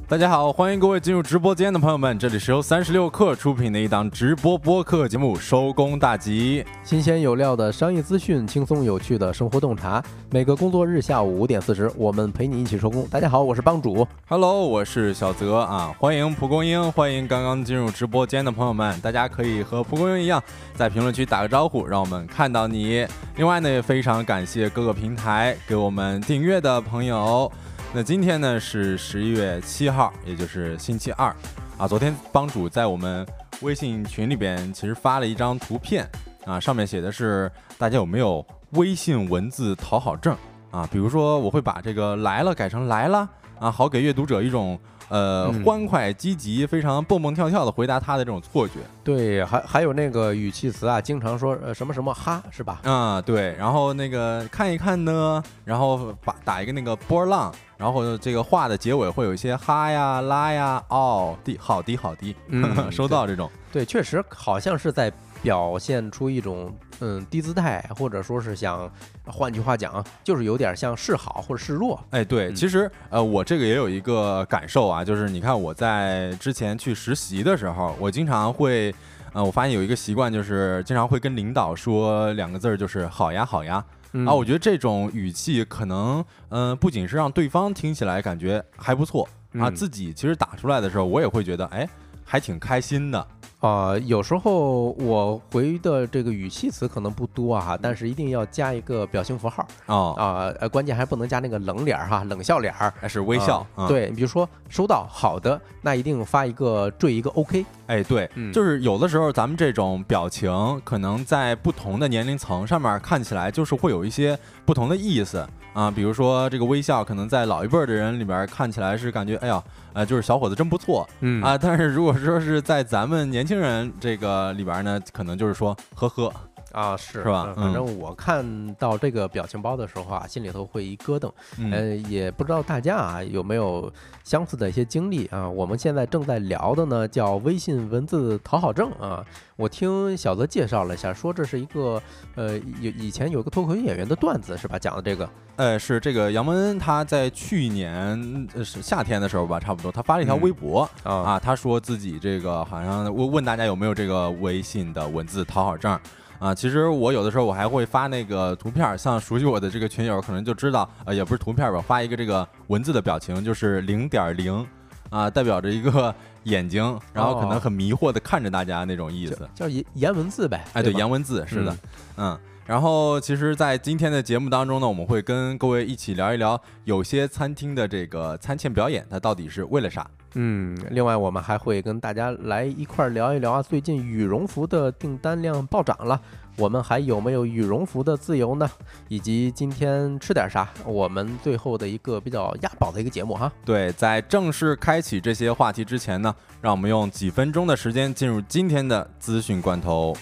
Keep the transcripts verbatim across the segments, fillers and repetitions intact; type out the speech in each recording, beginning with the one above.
大家好，欢迎各位进入直播间的朋友们，这里是由三十六氪出品的一档直播播客节目《收工大吉》， 新鲜有料的商业资讯，轻松有趣的生活洞察。每个工作日下午五点四十，我们陪你一起收工。大家好，我是帮主。 Hello， 我是小泽啊，欢迎蒲公英，欢迎刚刚进入直播间的朋友们，大家可以和蒲公英一样，在评论区打个招呼，让我们看到你。另外呢，也非常感谢各个平台给我们订阅的朋友。那今天呢是十一月七号，也就是星期二啊。昨天帮主在我们微信群里边其实发了一张图片啊，上面写的是大家有没有微信文字讨好症啊？比如说我会把这个来了改成来了啊，好给阅读者一种呃、嗯、欢快积极、非常蹦蹦跳跳的回答他的这种错觉。 对，还还有那个语气词啊，经常说呃什么什么哈，是吧？ 啊，对。然后那个看一看呢，然后把打一个那个波浪。然后这个话的结尾会有一些哈呀、拉呀、哦、的、好的、好的，嗯、收到这种。 对，确实好像是在表现出一种嗯低姿态，或者说是想，换句话讲，就是有点像示好或者示弱。 哎，对，嗯、其实呃，我这个也有一个感受啊，就是你看我在之前去实习的时候，我经常会，呃，我发现有一个习惯，就是经常会跟领导说两个字儿，就是好呀，好呀。啊，我觉得这种语气可能，嗯、呃，不仅是让对方听起来感觉还不错啊，自己其实打出来的时候，我也会觉得，哎，还挺开心的。 啊、呃，有时候我回的这个语气词可能不多啊，但是一定要加一个表情符号哦啊，呃，关键还不能加那个冷脸哈，冷笑脸儿， 还是微笑。 啊、对，比如说收到好的，那一定发一个缀一个 OK。 哎，对，嗯、就是有的时候咱们这种表情，可能在不同的年龄层上面看起来就是会有一些不同的意思啊。比如说这个微笑，可能在老一辈的人里边看起来是感觉，哎呀，呃，就是小伙子真不错， 嗯啊。但是如果说是在咱们年轻人这个里边呢，可能就是说呵呵。 啊，是是吧？ 嗯、反正我看到这个表情包的时候啊，心里头会一咯噔。 嗯、 呃，也不知道大家啊有没有相似的一些经历啊？我们现在正在聊的呢，叫微信文字讨好症啊。我听小泽介绍了一下，说这是一个呃，有以前有个脱口秀演员的段子是吧？讲的这个， 呃，是这个杨蒙恩他在去年呃是夏天的时候吧，差不多他发了一条微博、 嗯、 啊，他说自己这个好像问问大家有没有这个微信的文字讨好症。啊，其实我有的时候我还会发那个图片，像熟悉我的这个群友可能就知道，呃，也不是图片吧，发一个这个文字的表情，就是零点零，啊，代表着一个眼睛，然后可能很迷惑的看着大家那种意思， 叫颜颜文字呗。 哎，对，颜文字是的，嗯。嗯然后，其实，在今天的节目当中呢，我们会跟各位一起聊一聊，有些餐厅的这个餐前表演，它到底是为了啥？ 嗯，另外我们还会跟大家来一块聊一聊啊，最近羽绒服的订单量暴涨了，我们还有没有羽绒服的自由呢？以及今天吃点啥？我们最后的一个比较押宝的一个节目哈。 对，在正式开启这些话题之前呢，让我们用几分钟的时间进入今天的资讯罐头。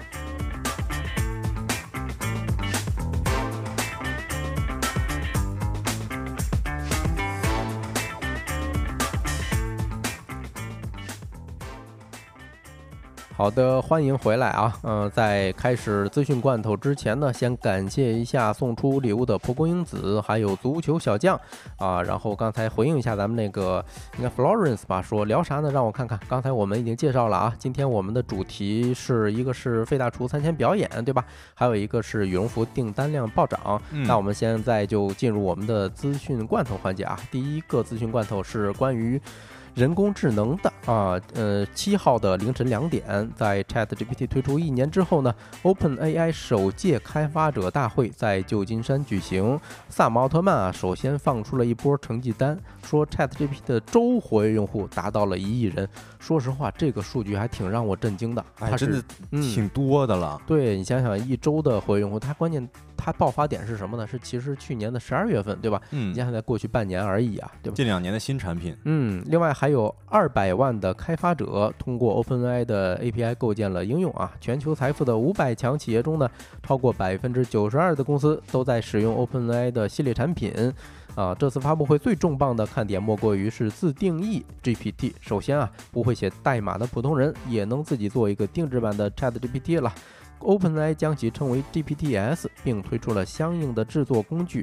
好的，欢迎回来啊！嗯、呃，在开始资讯罐头之前呢，先感谢一下送出礼物的蒲公英子，还有足球小将啊。然后刚才回应一下咱们那个应该 Florence 吧，说聊啥呢？让我看看。刚才我们已经介绍了啊，今天我们的主题是一个是费大厨餐前表演，对吧？还有一个是羽绒服订单量暴涨。嗯、那我们现在就进入我们的资讯罐头环节啊。第一个资讯罐头是关于人工智能的啊，呃，七号的凌晨两点，在 ChatGPT 推出一年之后呢 ，OpenAI 首届开发者大会在旧金山举行。萨姆奥特曼啊，首先放出了一波成绩单，说 ChatGPT 的周活跃用户达到了一亿人。说实话，这个数据还挺让我震惊的， 哎，真的挺多的了。 嗯、对你想想，一周的活跃用户，它关键它爆发点是什么呢？是其实去年的十二月份，对吧？嗯，你想在过去半年而已啊，对吧？ 近两年的新产品。 嗯，另外还有二百万的开发者通过 OpenAI 的 A P I 构建了应用啊。全球财富的五百强企业中呢，超过百分之九十二的公司都在使用 OpenAI 的系列产品。啊，这次发布会最重磅的看点莫过于是自定义 G P T。首先啊，不会写代码的普通人也能自己做一个定制版的 ChatGPT 了。OpenAI 将其称为 G P T S， 并推出了相应的制作工具。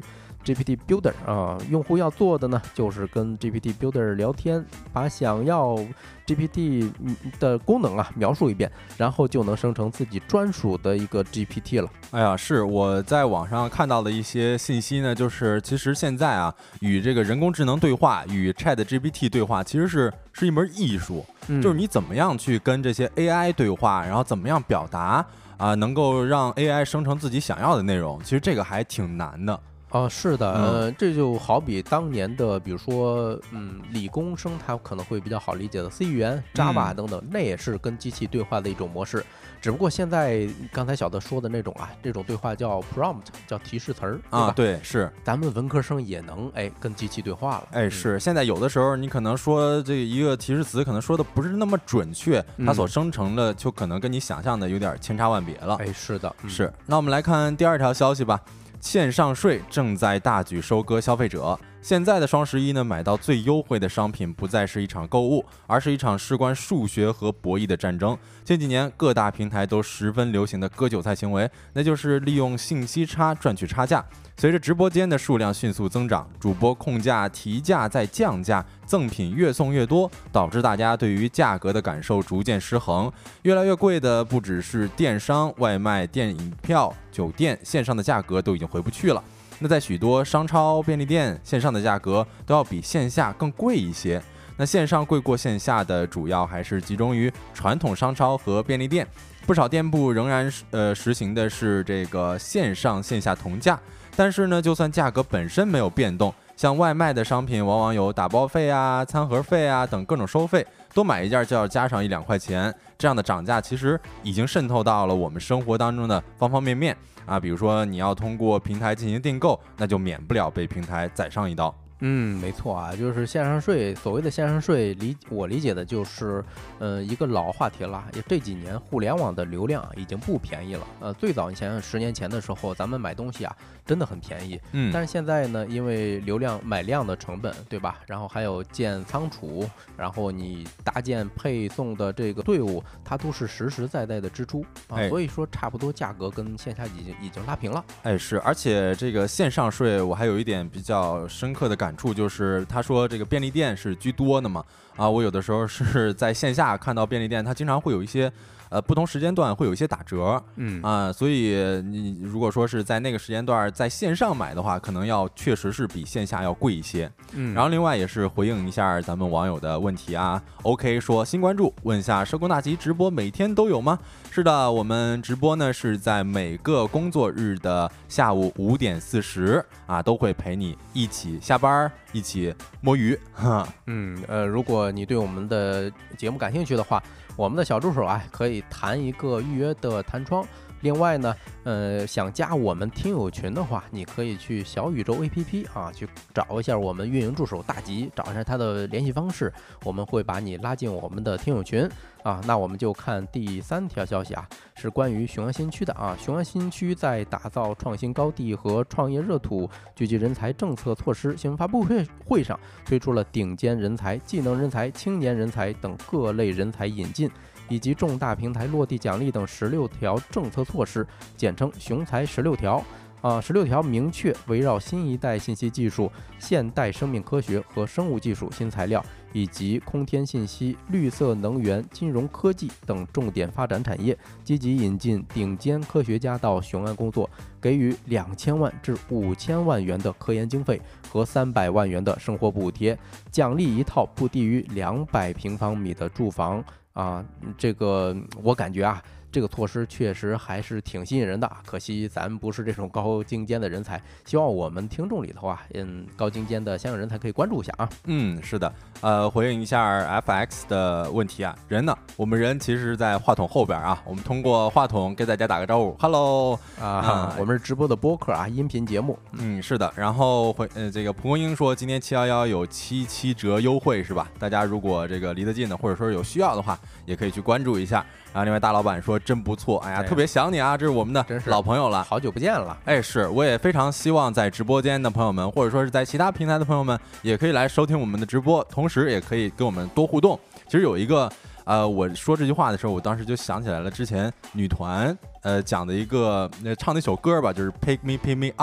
G P T Builder 啊，用户要做的呢，就是跟 G P T Builder 聊天，把想要 G P T 的功能啊描述一遍，然后就能生成自己专属的一个 G P T 了。 哎呀，是我在网上看到的一些信息呢，就是其实现在啊，与这个人工智能对话，与 Chat G P T 对话，其实是是一门艺术， 嗯、 就是你怎么样去跟这些 A I 对话，然后怎么样表达啊，能够让 A I 生成自己想要的内容，其实这个还挺难的。 哦，是的， 嗯、 呃，这就好比当年的，比如说，嗯，理工生他可能会比较好理解的 C 语言、Java 等等， 嗯、 那也是跟机器对话的一种模式。只不过现在刚才小德说的那种啊，这种对话叫 prompt， 叫提示词儿啊，对，是咱们文科生也能哎跟机器对话了。 哎，是、嗯、现在有的时候你可能说这一个提示词，可能说的不是那么准确， 嗯、 它所生成的就可能跟你想象的有点千差万别了。 哎，是的， 嗯、是。那我们来看第二条消息吧。线上税正在大举收割消费者。现在的双十一呢，买到最优惠的商品不再是一场购物，而是一场事关数学和博弈的战争。近几年各大平台都十分流行的割韭菜行为，那就是利用信息差赚取差价。随着直播间的数量迅速增长，主播控价、提价再降价，赠品越送越多，导致大家对于价格的感受逐渐失衡。越来越贵的不只是电商、外卖、电影票、酒店，线上的价格都已经回不去了。那在许多商超、便利店，线上的价格都要比线下更贵一些。那线上贵过线下的主要还是集中于传统商超和便利店，不少店铺仍然呃实行的是这个线上线下同价。但是呢，就算价格本身没有变动，像外卖的商品往往有打包费啊、餐盒费啊等各种收费，多买一件就要加上一两块钱，这样的涨价其实已经渗透到了我们生活当中的方方面面啊。比如说你要通过平台进行订购，那就免不了被平台宰上一刀。 嗯，没错啊，就是线上税。所谓的线上税，理我理解的就是，呃，一个老话题了。也这几年互联网的流量已经不便宜了。呃，最早以前十年前的时候，咱们买东西啊真的很便宜。 嗯， 但是现在呢，因为流量买量的成本，对吧？然后还有建仓储，然后你搭建配送的这个队伍，它都是实实在在的支出啊。 哎、 所以说，差不多价格跟线下已经已经拉平了。 哎，是，而且这个线上税，我还有一点比较深刻的感触，就是他说这个便利店是居多的嘛，啊，我有的时候是在线下看到便利店，它经常会有一些呃不同时间段会有一些打折， 嗯啊，所以你如果说是在那个时间段在线上买的话，可能要确实是比线下要贵一些。 嗯， 然后另外也是回应一下咱们网友的问题啊 ，OK 说新关注，问一下收工大吉直播每天都有吗？是的，我们直播呢是在每个工作日的下午五点四十啊，都会陪你一起下班，一起摸鱼。哈， 嗯，呃，如果你对我们的节目感兴趣的话，我们的小助手啊可以弹一个预约的弹窗。另外呢，呃，想加我们听友群的话，你可以去小宇宙 A P P 啊，去找一下我们运营助手大吉，找一下他的联系方式，我们会把你拉进我们的听友群啊。那我们就看第三条消息啊，是关于雄安新区的啊。雄安新区在打造创新高地和创业热土、聚集人才政策措施新闻发布会会上，推出了顶尖人才、技能人才、青年人才等各类人才引进，以及重大平台落地奖励等十六条政策措施，简称雄才十六条。啊，十六条明确围绕新一代信息技术、现代生命科学和生物技术新材料，以及空天信息、绿色能源、金融科技等重点发展产业，积极引进顶尖科学家到雄安工作，给予两千万至五千万元的科研经费和三百万元的生活补贴，奖励一套不低于两百平方米的住房。啊，这个我感觉啊，这个措施确实还是挺吸引人的，可惜咱不是这种高精尖的人才，希望我们听众里头啊，嗯，高精尖的相应人才可以关注一下啊。 嗯，是的，呃，回应一下 F X 的问题啊，人呢？我们人其实在话筒后边啊，我们通过话筒给大家打个招呼 ，Hello 啊，啊我们是直播的播客啊，音频节目。 嗯，是的，然后回呃，这个蒲公英说今天七一一有七七折优惠是吧？大家如果这个离得近的，或者说有需要的话，也可以去关注一下。然后另外大老板说真不错，哎呀，特别想你啊，这是我们的老朋友了， 好久不见了。 哎，是，我也非常希望在直播间的朋友们，或者说是在其他平台的朋友们，也可以来收听我们的直播，同时也可以跟我们多互动。其实有一个，呃，我说这句话的时候，我当时就想起来了，之前女团呃讲的一个呃唱的一首歌吧，就是 Pick Me Pick Me Up。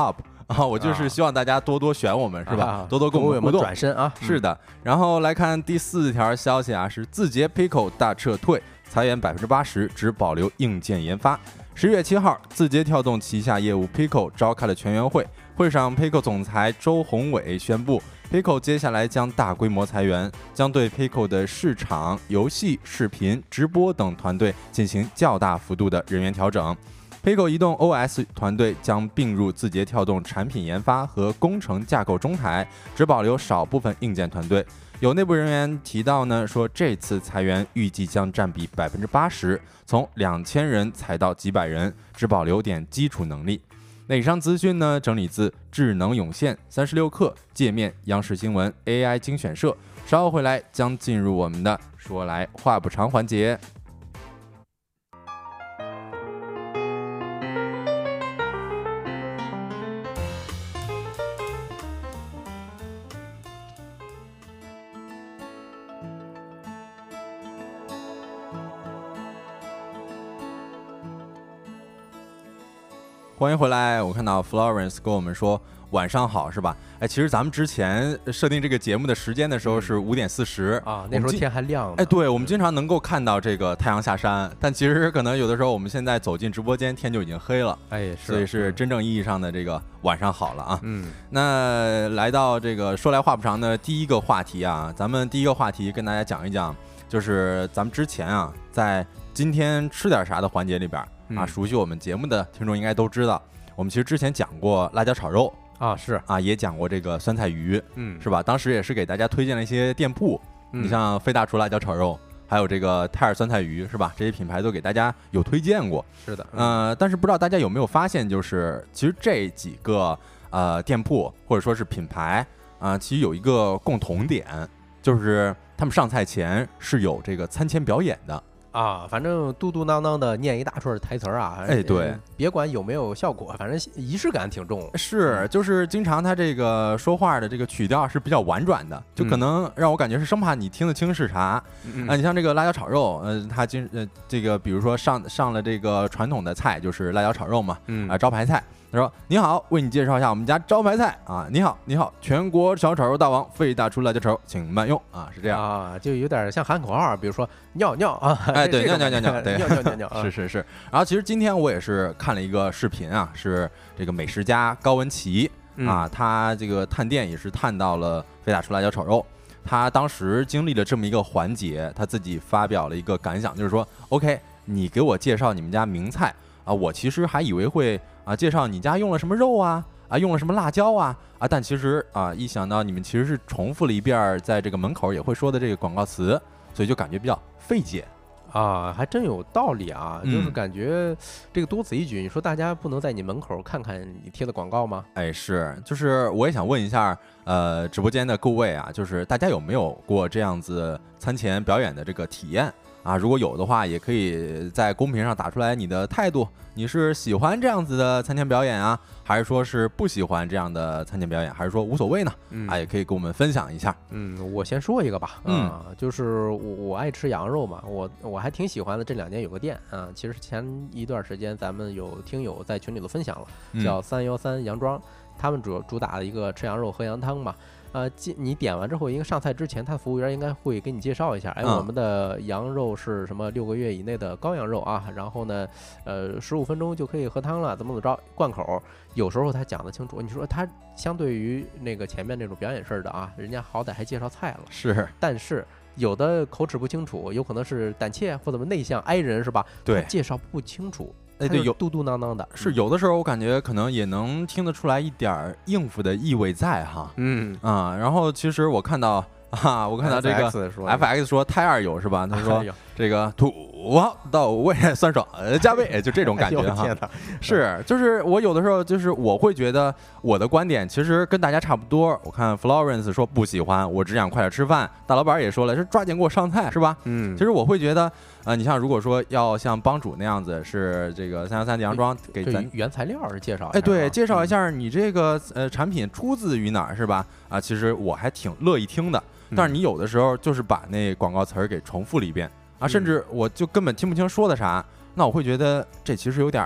啊，我就是希望大家多多选我们，是吧？ 啊、 多多跟我们互动。 转身啊， 是的。然后来看第四条消息啊，是字节 Pico 大撤退，裁员百分之八十，只保留硬件研发。十月七号，字节跳动旗下业务 Pico 召开了全员会，会上 Pico 总裁周鸿祎宣布 ，Pico 接下来将大规模裁员，将对 Pico 的市场、游戏、视频、直播等团队进行较大幅度的人员调整。Pico 移动 O S 团队将并入字节跳动产品研发和工程架构中台，只保留少部分硬件团队。有内部人员提到呢，说这次裁员预计将占比百分之八十，从两千人裁到几百人，只保留点基础能力。那以上资讯呢，整理自智能涌现、三十六氪、界面、央视新闻、A I 精选社。稍后回来将进入我们的说来话不长环节。欢迎回来，我看到 Florence 跟我们说晚上好，是吧？哎，其实咱们之前设定这个节目的时间的时候是五点四十啊，那时候天还亮。 哎，对，我们经常能够看到这个太阳下山，但其实可能有的时候我们现在走进直播间，天就已经黑了。 哎， 所以是真正意义上的这个晚上好了啊。 嗯， 那来到这个说来话不长的第一个话题啊，咱们第一个话题跟大家讲一讲，就是咱们之前啊，在今天吃点啥的环节里边。啊，熟悉我们节目的听众应该都知道，我们其实之前讲过辣椒炒肉啊，是啊，也讲过这个酸菜鱼， 嗯， 是吧？当时也是给大家推荐了一些店铺， 嗯、 你像飞大厨辣椒炒肉，还有这个泰尔酸菜鱼，是吧？这些品牌都给大家有推荐过。 是的， 嗯、呃，但是不知道大家有没有发现，就是其实这几个呃店铺或者说是品牌啊、呃，其实有一个共同点，就是他们上菜前是有这个餐前表演的。 啊，反正嘟嘟囔囔的念一大串台词儿啊， 哎，对， 别管有没有效果，反正仪式感挺重。 是，就是经常他这个说话的这个曲调是比较婉转的，就可能让我感觉是生怕你听得清是啥。啊、 嗯呃，你像这个辣椒炒肉，呃，他今呃这个比如说上上了这个传统的菜，就是辣椒炒肉嘛， 嗯啊、呃，招牌菜。他说：“你好，为你介绍一下我们家招牌菜啊！你好，你好，全国小炒肉大王费大厨辣椒炒肉，请慢用啊！是这样啊，就有点像喊口号，比如说尿尿啊， 哎，对，尿尿尿尿，对， 尿尿尿尿， 是是是。然后其实今天我也是看了一个视频啊，是这个美食家高文琪啊，他这个探店也是探到了费大厨辣椒炒肉。他当时经历了这么一个环节，他自己发表了一个感想，就是说 ，OK， 你给我介绍你们家名菜啊，我其实还以为会。”啊，介绍你家用了什么肉啊？啊，用了什么辣椒啊？啊，但其实啊，一想到你们其实是重复了一遍在这个门口也会说的这个广告词，所以就感觉比较费解啊，还真有道理啊。 嗯、 就是感觉这个多此一举。你说大家不能在你门口看看你贴的广告吗？ 哎，是，就是我也想问一下，呃，直播间的各位啊，就是大家有没有过这样子餐前表演的这个体验？啊，如果有的话，也可以在公屏上打出来你的态度。你是喜欢这样子的餐前表演啊，还是说是不喜欢这样的餐前表演，还是说无所谓呢？ 嗯、 啊，也可以跟我们分享一下。 嗯，我先说一个吧。 嗯， 啊、就是我我爱吃羊肉嘛，我我还挺喜欢的。这两年有个店啊，其实前一段时间咱们有听友在群里头分享了，叫三幺三羊庄，他们主主打的一个吃羊肉喝羊汤嘛。呃，你点完之后，应该上菜之前，他服务员应该会给你介绍一下，哎， 嗯、 我们的羊肉是什么六个月以内的羔羊肉啊，然后呢，呃，十五分钟就可以喝汤了，怎么怎么着，灌口。有时候他讲得清楚，你说他相对于那个前面那种表演式的啊，人家好歹还介绍菜了， 是， 但是有的口齿不清楚，有可能是胆怯或者内向 I 人是吧？ 对， 介绍不清楚。 哎，对，有嘟嘟囔囔的， 是有的时候我感觉可能也能听得出来一点应付的意味在哈， 嗯啊，然后其实我看到啊，我看到这个 F X 说胎二有是吧？他说这个土豪到位酸爽加倍，就这种感觉哈。是，就是我有的时候就是我会觉得我的观点其实跟大家差不多。我看 Florence 说不喜欢，我只想快点吃饭。大老板也说了，是抓紧给我上菜是吧？ 嗯， 其实我会觉得。呃，你像如果说要像帮主那样子，是这个三幺三的羊庄给咱原材料介绍， 哎，对，介绍一下你这个呃产品出自于哪儿是吧？啊，其实我还挺乐意听的。但是你有的时候就是把那广告词儿给重复了一遍啊，甚至我就根本听不清说的啥，那我会觉得这其实有点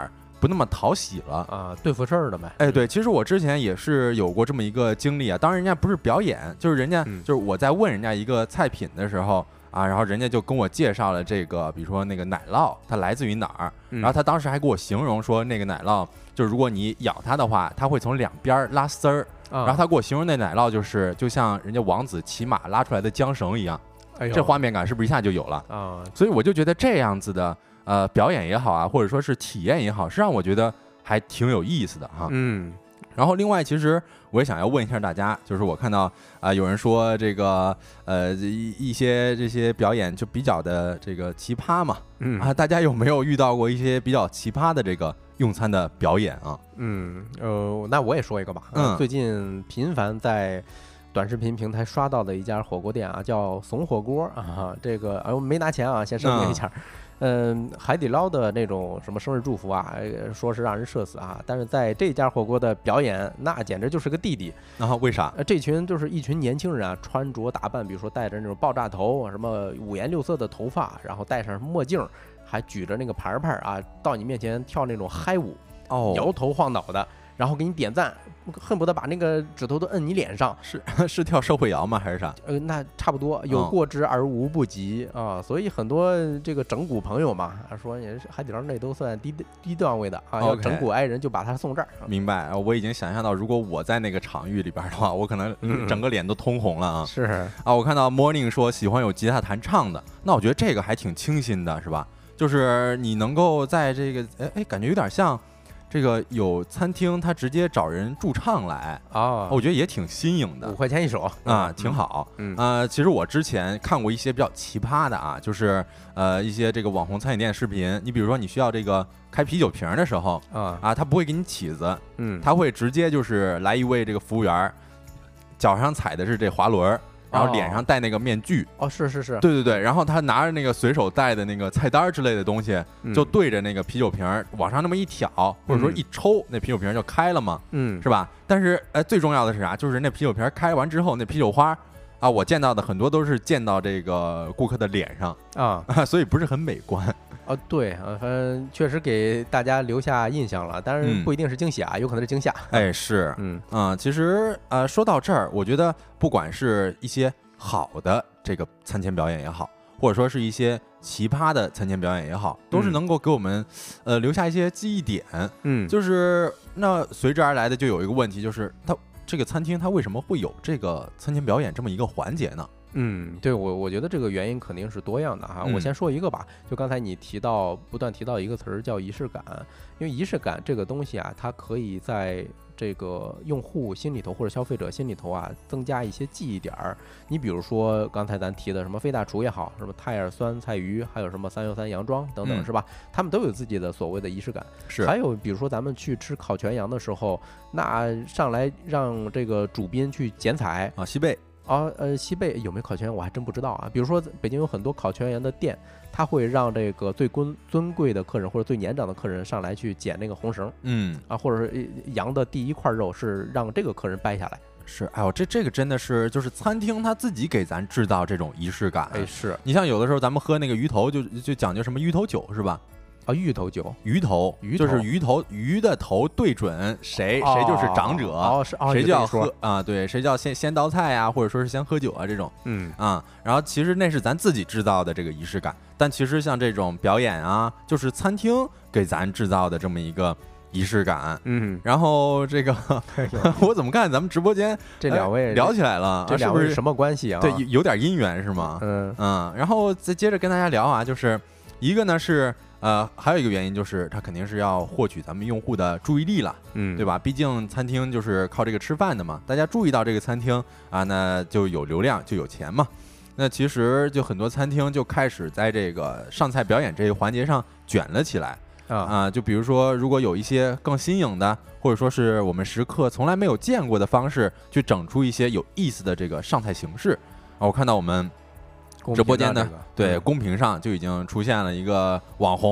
不那么讨喜了啊，对付事儿的呗。 哎，对，其实我之前也是有过这么一个经历啊，当然人家不是表演，就是人家、嗯、就是我在问人家一个菜品的时候啊，然后人家就跟我介绍了这个，比如说那个奶酪它来自于哪儿， 嗯、 然后他当时还给我形容说那个奶酪就是如果你咬它的话，它会从两边拉丝儿。然后他给我形容那奶酪就是就像人家王子骑马拉出来的缰绳一样， 哎、 这画面感是不是一下就有了啊？ 所以我就觉得这样子的呃表演也好啊，或者说是体验也好，是让我觉得还挺有意思的哈。 嗯， 然后另外其实我也想要问一下大家，就是我看到啊、呃、有人说这个呃一一些这些表演就比较的这个奇葩嘛， 嗯啊，大家有没有遇到过一些比较奇葩的这个用餐的表演啊？ 嗯，呃，那我也说一个吧。 嗯， 最近频繁在短视频平台刷到的一家火锅店啊，叫怂火锅啊。这个哎，我没拿钱啊，先声明一下。嗯，海底捞的那种什么生日祝福啊，说是让人社死啊，但是在这家火锅的表演，那简直就是个弟弟。 然后为啥？ 呃，这群就是一群年轻人啊，穿着打扮，比如说戴着那种爆炸头，什么五颜六色的头发，然后戴上墨镜，还举着那个牌牌啊，到你面前跳那种嗨舞， 哦， 摇头晃脑的，然后给你点赞，恨不得把那个指头都摁你脸上。 是是跳社会摇吗？还是啥？ 呃，那差不多，有过之而无不及、哦、啊。所以很多这个整蛊朋友嘛，说也是海底捞那都算低低段位的啊， okay, 要整蛊爱人就把他送这儿。 明白，我已经想象到，如果我在那个场域里边的话，我可能整个脸都通红了啊。 嗯、是啊，我看到 Morning 说喜欢有吉他弹唱的，那我觉得这个还挺清新的，是吧？就是你能够在这个，哎哎，感觉有点像。这个有餐厅，他直接找人驻唱来啊、哦， 我觉得也挺新颖的， 五块钱一首啊，挺好。 嗯呃，其实我之前看过一些比较奇葩的啊，就是呃一些这个网红餐饮店视频。你比如说你需要这个开啤酒瓶的时候啊啊，他不会给你起子， 嗯， 他会直接就是来一位这个服务员，脚上踩的是这滑轮。然后脸上戴那个面具哦，是是是， 对对对，然后他拿着那个随手带的那个菜单之类的东西， 嗯、 就对着那个啤酒瓶往上那么一挑，或者说一抽，嗯、那啤酒瓶就开了嘛， 嗯， 是吧？但是哎，最重要的是啥？就是那啤酒瓶开完之后，那啤酒花啊，我见到的很多都是溅到这个顾客的脸上啊， 所以不是很美观。 哦，对啊，反正确实给大家留下印象了，但是不一定是惊喜啊，嗯、有可能是惊吓。 哎，是， 嗯啊、呃，其实呃，说到这儿，我觉得不管是一些好的这个餐前表演也好，或者说是一些奇葩的餐前表演也好，都是能够给我们、嗯、呃留下一些记忆点。 嗯， 就是那随之而来的就有一个问题，就是它这个餐厅它为什么会有这个餐前表演这么一个环节呢？ 嗯，对，我我觉得这个原因肯定是多样的哈。 嗯、 我先说一个吧，就刚才你提到不断提到一个词儿叫仪式感，因为仪式感这个东西啊，它可以在这个用户心里头或者消费者心里头啊，增加一些记忆点儿。你比如说刚才咱提的什么飞大厨也好，什么泰尔酸菜鱼，还有什么三油三羊庄等等， 嗯、 是吧？他们都有自己的所谓的仪式感。 是， 还有比如说咱们去吃烤全羊的时候，那上来让这个主宾去剪彩啊，西贝。 啊，呃，西贝有没有烤全羊我还真不知道啊。比如说北京有很多烤全羊的店，他会让这个最尊尊贵的客人或者最年长的客人上来去捡那个红绳， 嗯啊，或者是羊的第一块肉是让这个客人掰下来。 是，哎呦，这这个真的是就是餐厅他自己给咱制造这种仪式感。 哎，是你像有的时候咱们喝那个鱼头就就讲究什么鱼头酒是吧？ 啊，芋头酒， 鱼头， 鱼头就是鱼头，鱼的头对准谁， 哦、 谁就是长者， 哦，是哦， 谁就要喝啊，对，谁就要先先倒菜啊，或者说是先喝酒啊这种， 嗯啊，然后其实那是咱自己制造的这个仪式感，但其实像这种表演啊，就是餐厅给咱制造的这么一个仪式感， 嗯， 然后这个我怎么看咱们直播间这两位、 哎、聊起来了， 这两位是什么关系啊？ 对，有点姻缘是吗？ 嗯嗯，然后再接着跟大家聊啊，就是一个呢是。呃，还有一个原因就是，它肯定是要获取咱们用户的注意力了， 嗯， 对吧？毕竟餐厅就是靠这个吃饭的嘛，大家注意到这个餐厅啊，那就有流量，就有钱嘛。那其实就很多餐厅就开始在这个上菜表演这个环节上卷了起来啊啊。就比如说，如果有一些更新颖的，或者说是我们食客从来没有见过的方式，去整出一些有意思的这个上菜形式啊，我看到我们。直播间呢， 这个、 对、嗯、公屏上就已经出现了一个网红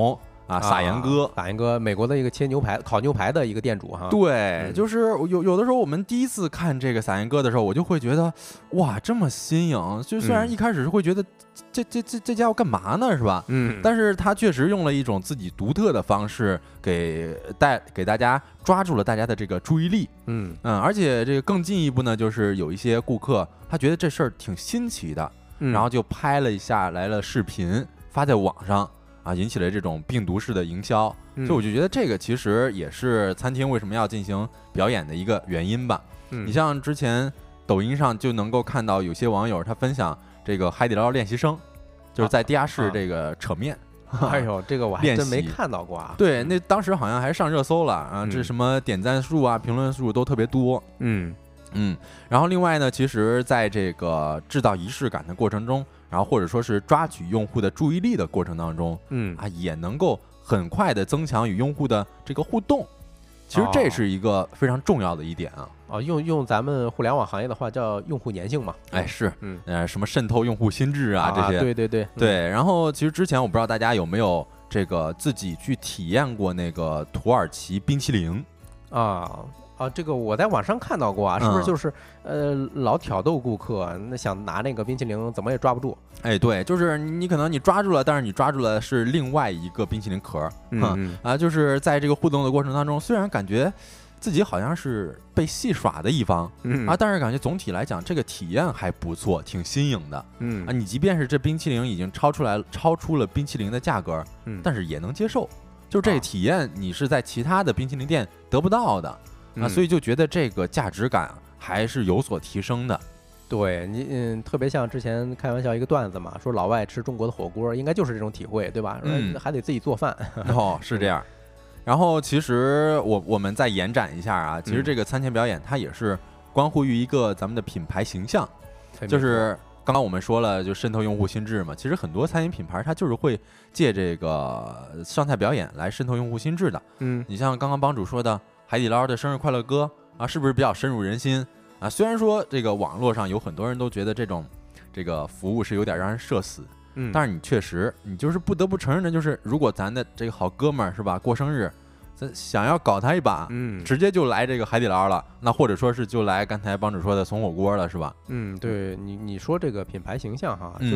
啊，撒盐哥， 撒盐哥，美国的一个切牛排、烤牛排的一个店主哈。 对， 嗯、 就是有有的时候我们第一次看这个撒盐哥的时候，我就会觉得，哇，这么新颖。就虽然一开始是会觉得，这这这这家伙干嘛呢，是吧？ 嗯， 但是他确实用了一种自己独特的方式给带给大家抓住了大家的这个注意力。 嗯嗯，而且这个更进一步呢，就是有一些顾客他觉得这事儿挺新奇的， 嗯、 然后就拍了一下来了视频发在网上。啊，引起了这种病毒式的营销，所以我就觉得这个其实也是餐厅为什么要进行表演的一个原因吧。 嗯、 你像之前抖音上就能够看到有些网友他分享这个海底捞练习生，就是在地下室这个扯面。 啊、哎呦，这个我还真没看到过啊。 对，那当时好像还上热搜了啊，这什么点赞数啊、评论数都特别多。 嗯嗯，然后另外呢，其实在这个制造仪式感的过程中，然后或者说是抓取用户的注意力的过程当中， 嗯啊，也能够很快的增强与用户的这个互动。其实这是一个非常重要的一点啊。 哦，用用咱们互联网行业的话叫用户粘性嘛。 哎，是， 嗯， 呃，什么渗透用户心智啊，这些。 啊、对对对对。然后其实之前我不知道大家有没有这个自己去体验过那个土耳其冰淇淋啊。啊，这个我在网上看到过啊，是不是就是、 嗯、 呃老挑逗顾客，那想拿那个冰淇淋怎么也抓不住？ 哎，对，就是你可能你抓住了，但是你抓住了是另外一个冰淇淋壳， 嗯啊，就是在这个互动的过程当中，虽然感觉自己好像是被戏耍的一方、 嗯、 啊，但是感觉总体来讲这个体验还不错，挺新颖的。 嗯啊，你即便是这冰淇淋已经超出来超出了冰淇淋的价格， 嗯， 但是也能接受，就这个体验你是在其他的冰淇淋店得不到的。啊，所以就觉得这个价值感还是有所提升的。 对你，嗯，特别像之前开玩笑一个段子嘛，说老外吃中国的火锅，应该就是这种体会，对吧？ 嗯， 还得自己做饭。 哦，是这样。然后其实我我们再延展一下啊，其实这个餐前表演它也是关乎于一个咱们的品牌形象， 嗯、 就是刚刚我们说了，就渗透用户心智嘛。其实很多餐饮品牌它就是会借这个上菜表演来渗透用户心智的。 嗯， 你像刚刚帮主说的。海底捞的生日快乐歌啊，是不是比较深入人心啊？虽然说这个网络上有很多人都觉得这种这个服务是有点让人社死， 嗯， 但是你确实你就是不得不承认的，就是如果咱的这个好哥们儿是吧，过生日，咱想要搞他一把， 嗯， 直接就来这个海底捞了，那或者说是就来刚才帮主说的怂火锅了，是吧？ 嗯，对你你说这个品牌形象哈， 嗯、 就是。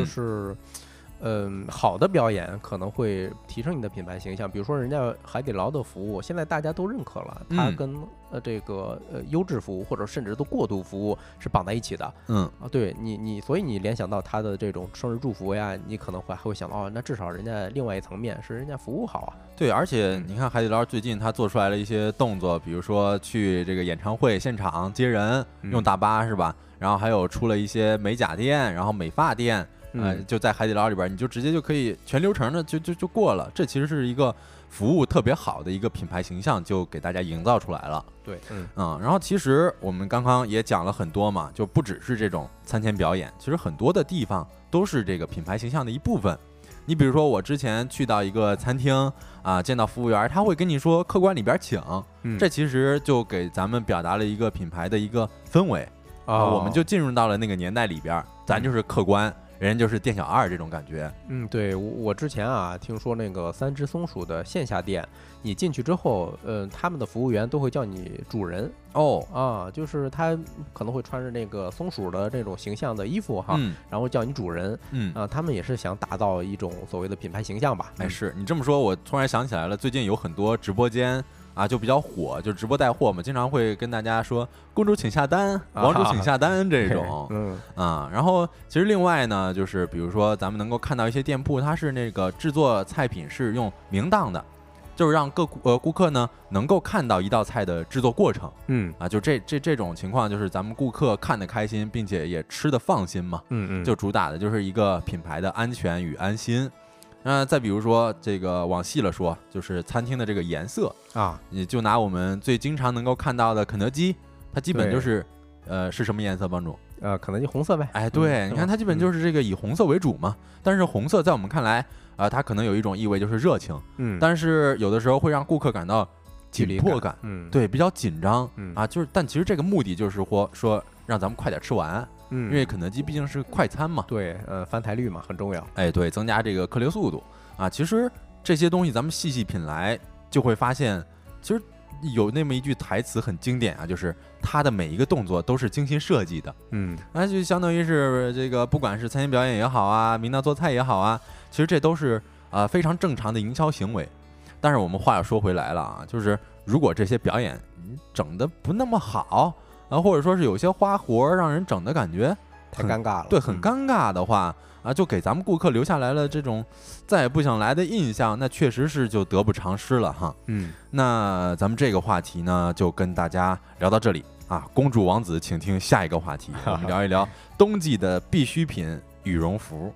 嗯，好的表演可能会提升你的品牌形象。比如说，人家海底捞的服务，现在大家都认可了，它跟、嗯、呃这个呃优质服务或者甚至都过度服务是绑在一起的。 嗯啊，对你你，所以你联想到他的这种生日祝福呀，你可能会还会想到，哦，那至少人家另外一层面是人家服务好啊。 对，而且你看海底捞最近他做出来了一些动作，比如说去这个演唱会现场接人用大巴是吧？然后还有出了一些美甲店，然后美发店。呃，就在海底捞里边，你就直接就可以全流程的就就就过了。这其实是一个服务特别好的一个品牌形象，就给大家营造出来了。 对， 嗯嗯。然后其实我们刚刚也讲了很多嘛，就不只是这种餐前表演，其实很多的地方都是这个品牌形象的一部分。你比如说，我之前去到一个餐厅啊，见到服务员，他会跟你说客官里边请， 嗯、 这其实就给咱们表达了一个品牌的一个氛围啊， 哦、我们就进入到了那个年代里边，咱就是客官。人就是店小二这种感觉。 嗯，对，我之前啊听说那个三只松鼠的线下店，你进去之后，呃，他们的服务员都会叫你主人哦啊，就是他可能会穿着那个松鼠的这种形象的衣服哈， 嗯、 然后叫你主人， 嗯啊，他们也是想打造一种所谓的品牌形象吧？ 哎，是你这么说，我突然想起来了，最近有很多直播间。啊，就比较火，就直播带货嘛，经常会跟大家说“公主请下单，王主请下单”这种， 嗯啊，然后其实另外呢，就是比如说咱们能够看到一些店铺，它是那个制作菜品是用明档的，就是让各顾呃顾客呢能够看到一道菜的制作过程， 嗯啊，就这这这种情况，就是咱们顾客看得开心，并且也吃得放心嘛， 嗯嗯， 就主打的就是一个品牌的安全与安心。那再比如说这个往细了说，就是餐厅的这个颜色啊， 你就拿我们最经常能够看到的肯德基，它基本就是呃是什么颜色？帮主？ 呃，肯德基红色呗。 哎，对，嗯、你看它基本就是这个以红色为主嘛。嗯、但是红色在我们看来啊、呃，它可能有一种意味就是热情， 嗯， 但是有的时候会让顾客感到紧迫感， 嗯， 对，比较紧张， 嗯啊，就是但其实这个目的就是说说让咱们快点吃完。 嗯， 因为肯德基毕竟是快餐嘛， 对，呃，翻台率嘛很重要。 哎，对，增加这个客流速度啊。其实这些东西咱们细细品来，就会发现，其实有那么一句台词很经典啊，就是他的每一个动作都是精心设计的。 嗯， 那就相当于是这个，不管是参演表演也好啊，明道做菜也好啊，其实这都是啊、呃、非常正常的营销行为。但是我们话要说回来了啊，就是如果这些表演整的不那么好啊，或者说是有些花活让人整的感觉太尴尬了， 对，很尴尬的话。嗯啊，就给咱们顾客留下来了这种再也不想来的印象，那确实是就得不偿失了哈。 嗯， 那咱们这个话题呢，就跟大家聊到这里啊。公主王子，请听下一个话题，我们聊一聊冬季的必需品羽绒服。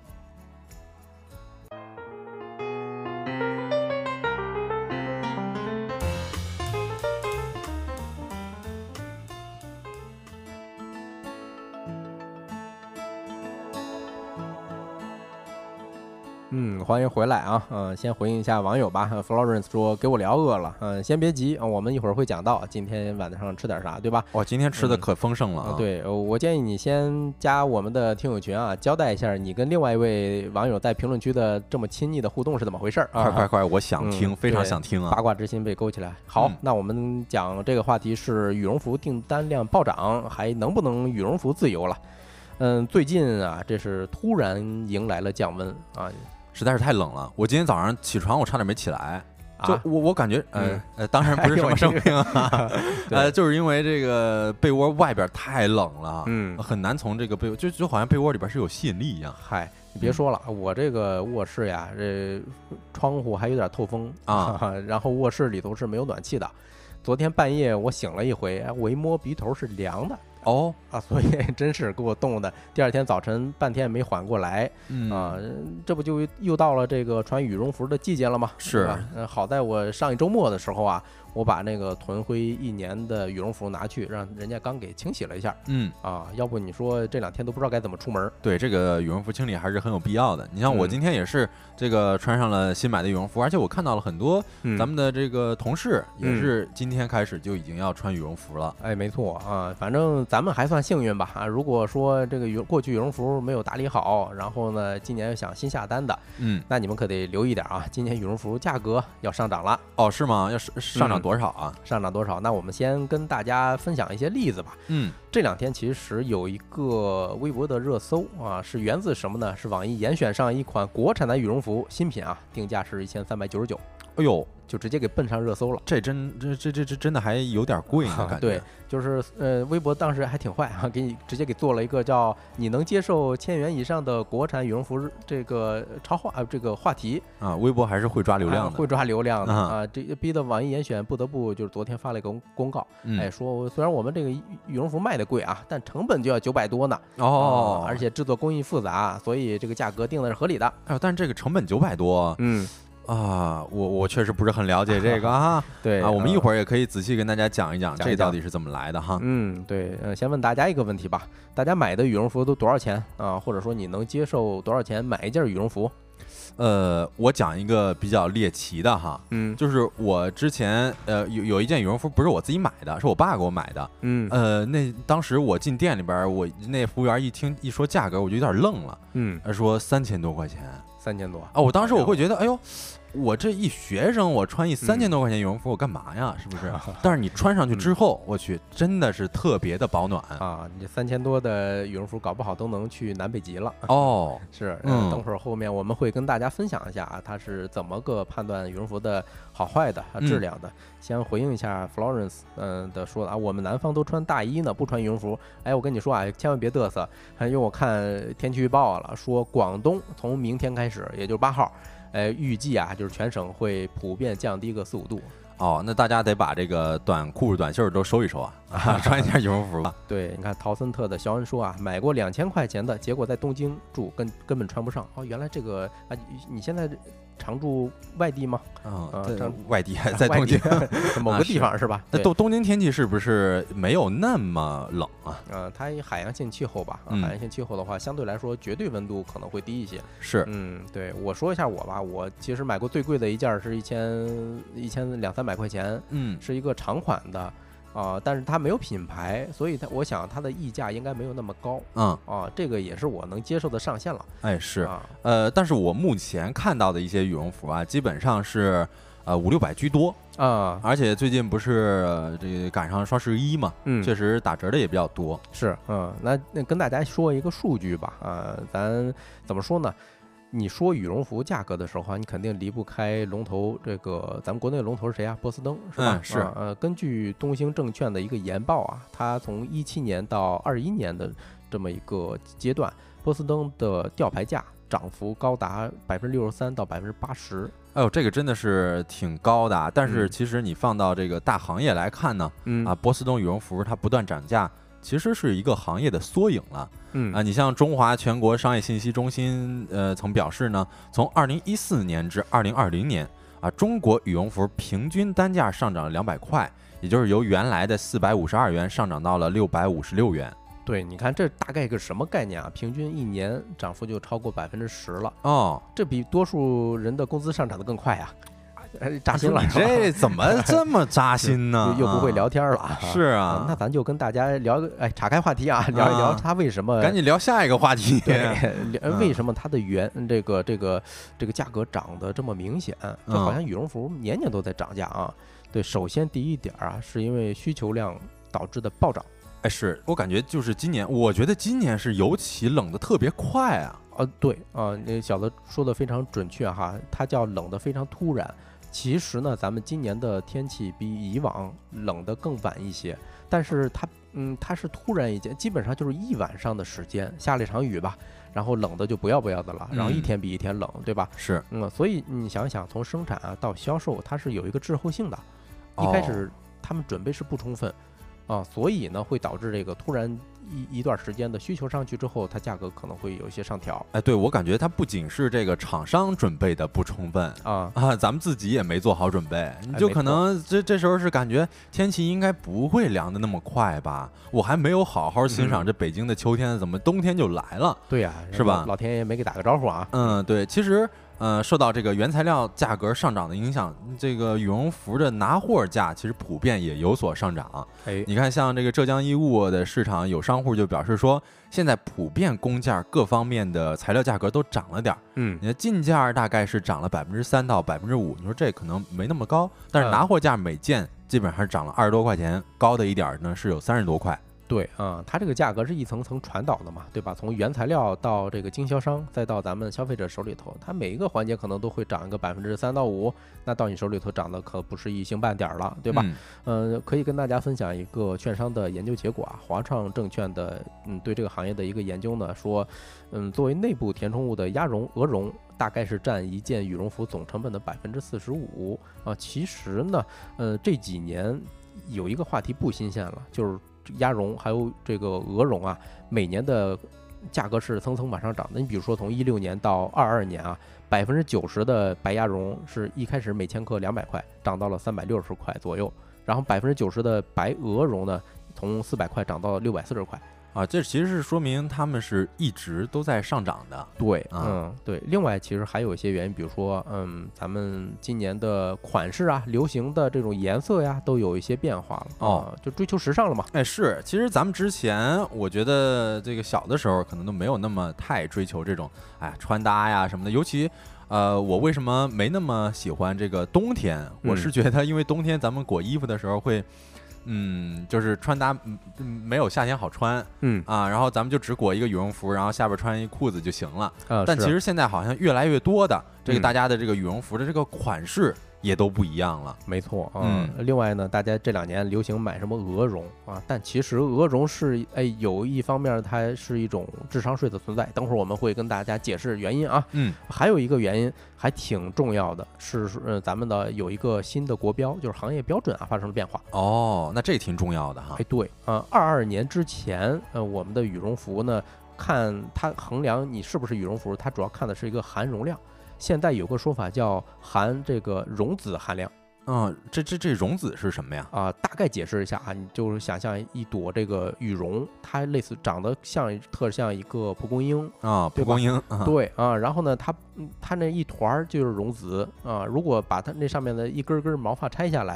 嗯，欢迎回来啊！嗯、呃，先回应一下网友吧。呃、Florence 说给我聊饿了，嗯、呃，先别急啊，我们一会儿会讲到今天晚上吃点啥，对吧？ 哇，今天吃的可丰盛了啊！ 嗯、对，我建议你先加我们的听友群啊，交代一下你跟另外一位网友在评论区的这么亲密的互动是怎么回事啊？ 快快快，我想听，嗯、非常想听啊！ 八卦之心被勾起来。好，嗯、那我们讲这个话题是羽绒服订单量暴涨，还能不能羽绒服自由了？嗯，最近啊，这是突然迎来了降温啊。 实在是太冷了，我今天早上起床，我差点没起来。就我我感觉，呃、 嗯、 呃，当然不是什么生病啊，呃，就是因为这个被窝外边太冷了， 嗯， 很难从这个被窝，就就好像被窝里边是有吸引力一样。 嗨，你别说了，嗯、我这个卧室呀，这窗户还有点透风啊， 然后卧室里头是没有暖气的。昨天半夜我醒了一回，我一摸鼻头是凉的。 哦啊，所以真是给我冻的，第二天早晨半天也没缓过来， 嗯啊，这不就又到了这个穿羽绒服的季节了吗？ 是， 嗯，好在我上一周末的时候啊，我把那个囤灰一年的羽绒服拿去，让人家刚给清洗了一下， 嗯啊，要不你说这两天都不知道该怎么出门。 对，这个羽绒服清理还是很有必要的。你像我今天也是这个穿上了新买的羽绒服，而且我看到了很多咱们的这个同事也是今天开始就已经要穿羽绒服了。 嗯、哎，没错啊，反正咱们还算幸运吧啊！如果说这个羽过去羽绒服没有打理好，然后呢，今年想新下单的， 嗯， 那你们可得留意点啊！今年羽绒服价格要上涨了哦，是吗？要上涨多少啊？ 嗯、上涨多少？那我们先跟大家分享一些例子吧。 嗯， 这两天其实有一个微博的热搜啊，是源自什么呢？是网易严选上一款国产的羽绒服新品啊，定价是一千三百九十九。 哎呦， 就直接给奔上热搜了， 这真这这这这真的还有点贵呢，感觉。 对，就是呃，微博当时还挺坏啊，给你直接给做了一个叫“你能接受千元以上的国产羽绒服”这个超话啊，这个话题啊，微博还是会抓流量的， 啊、会抓流量的、 嗯、 啊，这逼得网易严选不得不就是昨天发了一个公告， 嗯、 哎，说虽然我们这个羽绒服卖的贵啊，但成本就要九百多呢， 哦、 啊，而且制作工艺复杂，所以这个价格定的是合理的。 哎呦，但是这个成本九百多， 嗯。 啊，我我确实不是很了解这个啊， 对啊，我们一会儿也可以仔细跟大家讲一讲， 讲这到底是怎么来的哈。 嗯，对，呃，先问大家一个问题吧，大家买的羽绒服都多少钱啊？或者说你能接受多少钱买一件羽绒服？ 呃，我讲一个比较猎奇的哈， 嗯， 就是我之前呃有有一件羽绒服不是我自己买的，是我爸给我买的， 嗯， 呃，那当时我进店里边，我那服务员一听一说价格，我就有点愣了， 嗯， 他说三千多块钱， 三千多啊，我当时我会觉得，哎呦。我这一学生，我穿一三千多块钱羽绒服，我干嘛呀？是不是？但是你穿上去之后，我去，真的是特别的保暖啊！你这三千多的羽绒服，搞不好都能去南北极了哦。 是，嗯，等会儿后面我们会跟大家分享一下啊，它是怎么个判断羽绒服的好坏的、质量的。先回应一下 Florence 嗯的说的啊，我们南方都穿大衣呢，不穿羽绒服。哎，我跟你说啊，千万别嘚瑟，因为我看天气预报了，说广东从明天开始，也就是八号。呃，预计啊，就是全省会普遍降低个四五度。 哦，那大家得把这个短裤、短袖都收一收啊，啊穿一件羽绒服吧。 对，你看陶森特的肖恩说啊，买过两千块钱的，结果在东京住，根根本穿不上。哦，原来这个啊，你现在常住外地吗？ 嗯， 呃、 外地还在东京某个地方是吧？ 那东东京天气是不是没有那么冷啊？ 呃，它海洋性气候吧，啊、 嗯、 海洋性气候的话，相对来说绝对温度可能会低一些。 是， 嗯，对，我说一下我吧，我其实买过最贵的一件是一千一千两三百块钱， 嗯， 是一个长款的。 啊、呃，但是它没有品牌，所以它我想它的溢价应该没有那么高。 嗯啊，这个也是我能接受的上限了。 哎，是， 啊、 呃，但是我目前看到的一些羽绒服啊，基本上是呃五六百居多啊， 而且最近不是、呃、这个赶上双十一嘛， 嗯， 确实打折的也比较多。 是，嗯，那那跟大家说一个数据吧，啊，咱怎么说呢？你说羽绒服价格的时候啊，你肯定离不开龙头，这个咱们国内的龙头是谁啊？波司登是吧？ 嗯，是。 啊、呃，根据东兴证券的一个研报啊，它从一七年到二一年的这么一个阶段，波司登的吊牌价涨幅高达百分之六十三到百分之八十。 哎呦，这个真的是挺高的，但是其实你放到这个大行业来看呢，嗯、啊，波司登羽绒服它不断涨价，其实是一个行业的缩影了。嗯啊，你像中华全国商业信息中心，呃，曾表示呢，从二零一四年至二零二零年，啊，中国羽绒服平均单价上涨了两百块，也就是由原来的四百五十二元上涨到了六百五十六元。 对，你看这大概个什么概念啊？平均一年涨幅就超过百分之十了哦， 这比多数人的工资上涨得更快啊！扎心了， 你这怎么这么扎心呢？ 又不会聊天了。 是啊， 那咱就跟大家聊个，哎，岔开话题啊，聊一聊它为什么？ 赶紧聊下一个话题。 对，为什么它的原这个这个这个价格涨得这么明显？就好像羽绒服年年都在涨价啊。对，首先第一点啊，是因为需求量导致的暴涨。 哎，是我感觉就是今年，我觉得今年是尤其冷得特别快啊。 呃，对啊，那小子说的非常准确哈，它叫冷得非常突然。其实呢，咱们今年的天气比以往冷得更晚一些，但是它，嗯，它是突然一件，基本上就是一晚上的时间，下了一场雨吧，然后冷的就不要不要的了，然后一天比一天冷，嗯、对吧？ 是， 嗯，所以你想想，从生产啊到销售，它是有一个滞后性的，一开始他们准备是不充分。啊，所以呢，会导致这个突然一一段时间的需求上去之后，它价格可能会有一些上调。 哎，对我感觉它不仅是这个厂商准备的不充分啊啊，咱们自己也没做好准备，你就可能这这时候是感觉天气应该不会凉的那么快吧？我还没有好好欣赏这北京的秋天，怎么冬天就来了？ 对呀， 是吧？ 老天爷没给打个招呼啊。 嗯，对，其实。呃，受到这个原材料价格上涨的影响，这个羽绒服的拿货价其实普遍也有所上涨。 哎， 你看，像这个浙江衣物的市场，有商户就表示说，现在普遍工件各方面的材料价格都涨了点儿。嗯，你的进件大概是涨了百分之三到百分之五，你说这可能没那么高，但是拿货价每件基本上是涨了二十多块钱，高的一点呢是有三十多块。 对啊、嗯，它这个价格是一层层传导的嘛，对吧？从原材料到这个经销商，再到咱们消费者手里头，它每一个环节可能都会涨一个百分之三到五，那到你手里头涨的可不是一星半点了，对吧？嗯、呃，可以跟大家分享一个券商的研究结果啊，华创证券的嗯对这个行业的一个研究呢，说，嗯，作为内部填充物的鸭绒、鹅绒，大概是占一件羽绒服总成本的百分之四十五啊。其实呢，呃，这几年有一个话题不新鲜了，就是。鸭绒还有这个鹅绒啊，每年的价格是层层往上涨的。你比如说，从一六年到二二年啊，百分之九十的白鸭绒是一开始每千克两百块，涨到了三百六十块左右，然后百分之九十的白鹅绒呢，从四百块涨到了六百四十块。 啊，这其实是说明他们是一直都在上涨的。 对， 啊、 嗯，对。另外，其实还有一些原因，比如说，嗯，咱们今年的款式啊，流行的这种颜色呀，都有一些变化了。哦、啊，就追求时尚了嘛。 哎，是。其实咱们之前，我觉得这个小的时候可能都没有那么太追求这种，哎，穿搭呀什么的。尤其，呃，我为什么没那么喜欢这个冬天？ 嗯、 我是觉得，因为冬天咱们裹衣服的时候会。嗯，就是穿搭嗯没有夏天好穿， 嗯啊，然后咱们就只裹一个羽绒服，然后下边穿一裤子就行了。 啊， 但其实现在好像越来越多的这个大家的这个羽绒服的这个款式也都不一样了。 没错啊。嗯，另外呢，大家这两年流行买什么鹅绒啊，但其实鹅绒是哎有一方面它是一种智商税的存在，等会儿我们会跟大家解释原因啊。 嗯， 还有一个原因还挺重要的是，呃，咱们的有一个新的国标，就是行业标准啊发生了变化。 哦，那这挺重要的哈。 哎，对啊，二二年之前，呃，我们的羽绒服呢，看它衡量你是不是羽绒服，它主要看的是一个含绒量。现在有个说法叫含这个绒子含量。 嗯，这这这绒子是什么呀？ 啊，大概解释一下啊，你就是想象一朵这个羽绒，它类似长得像特像一个蒲公英啊，蒲公英， 啊对啊，然后呢，它它那一团就是绒子啊，如果把它那上面的一根根毛发拆下来，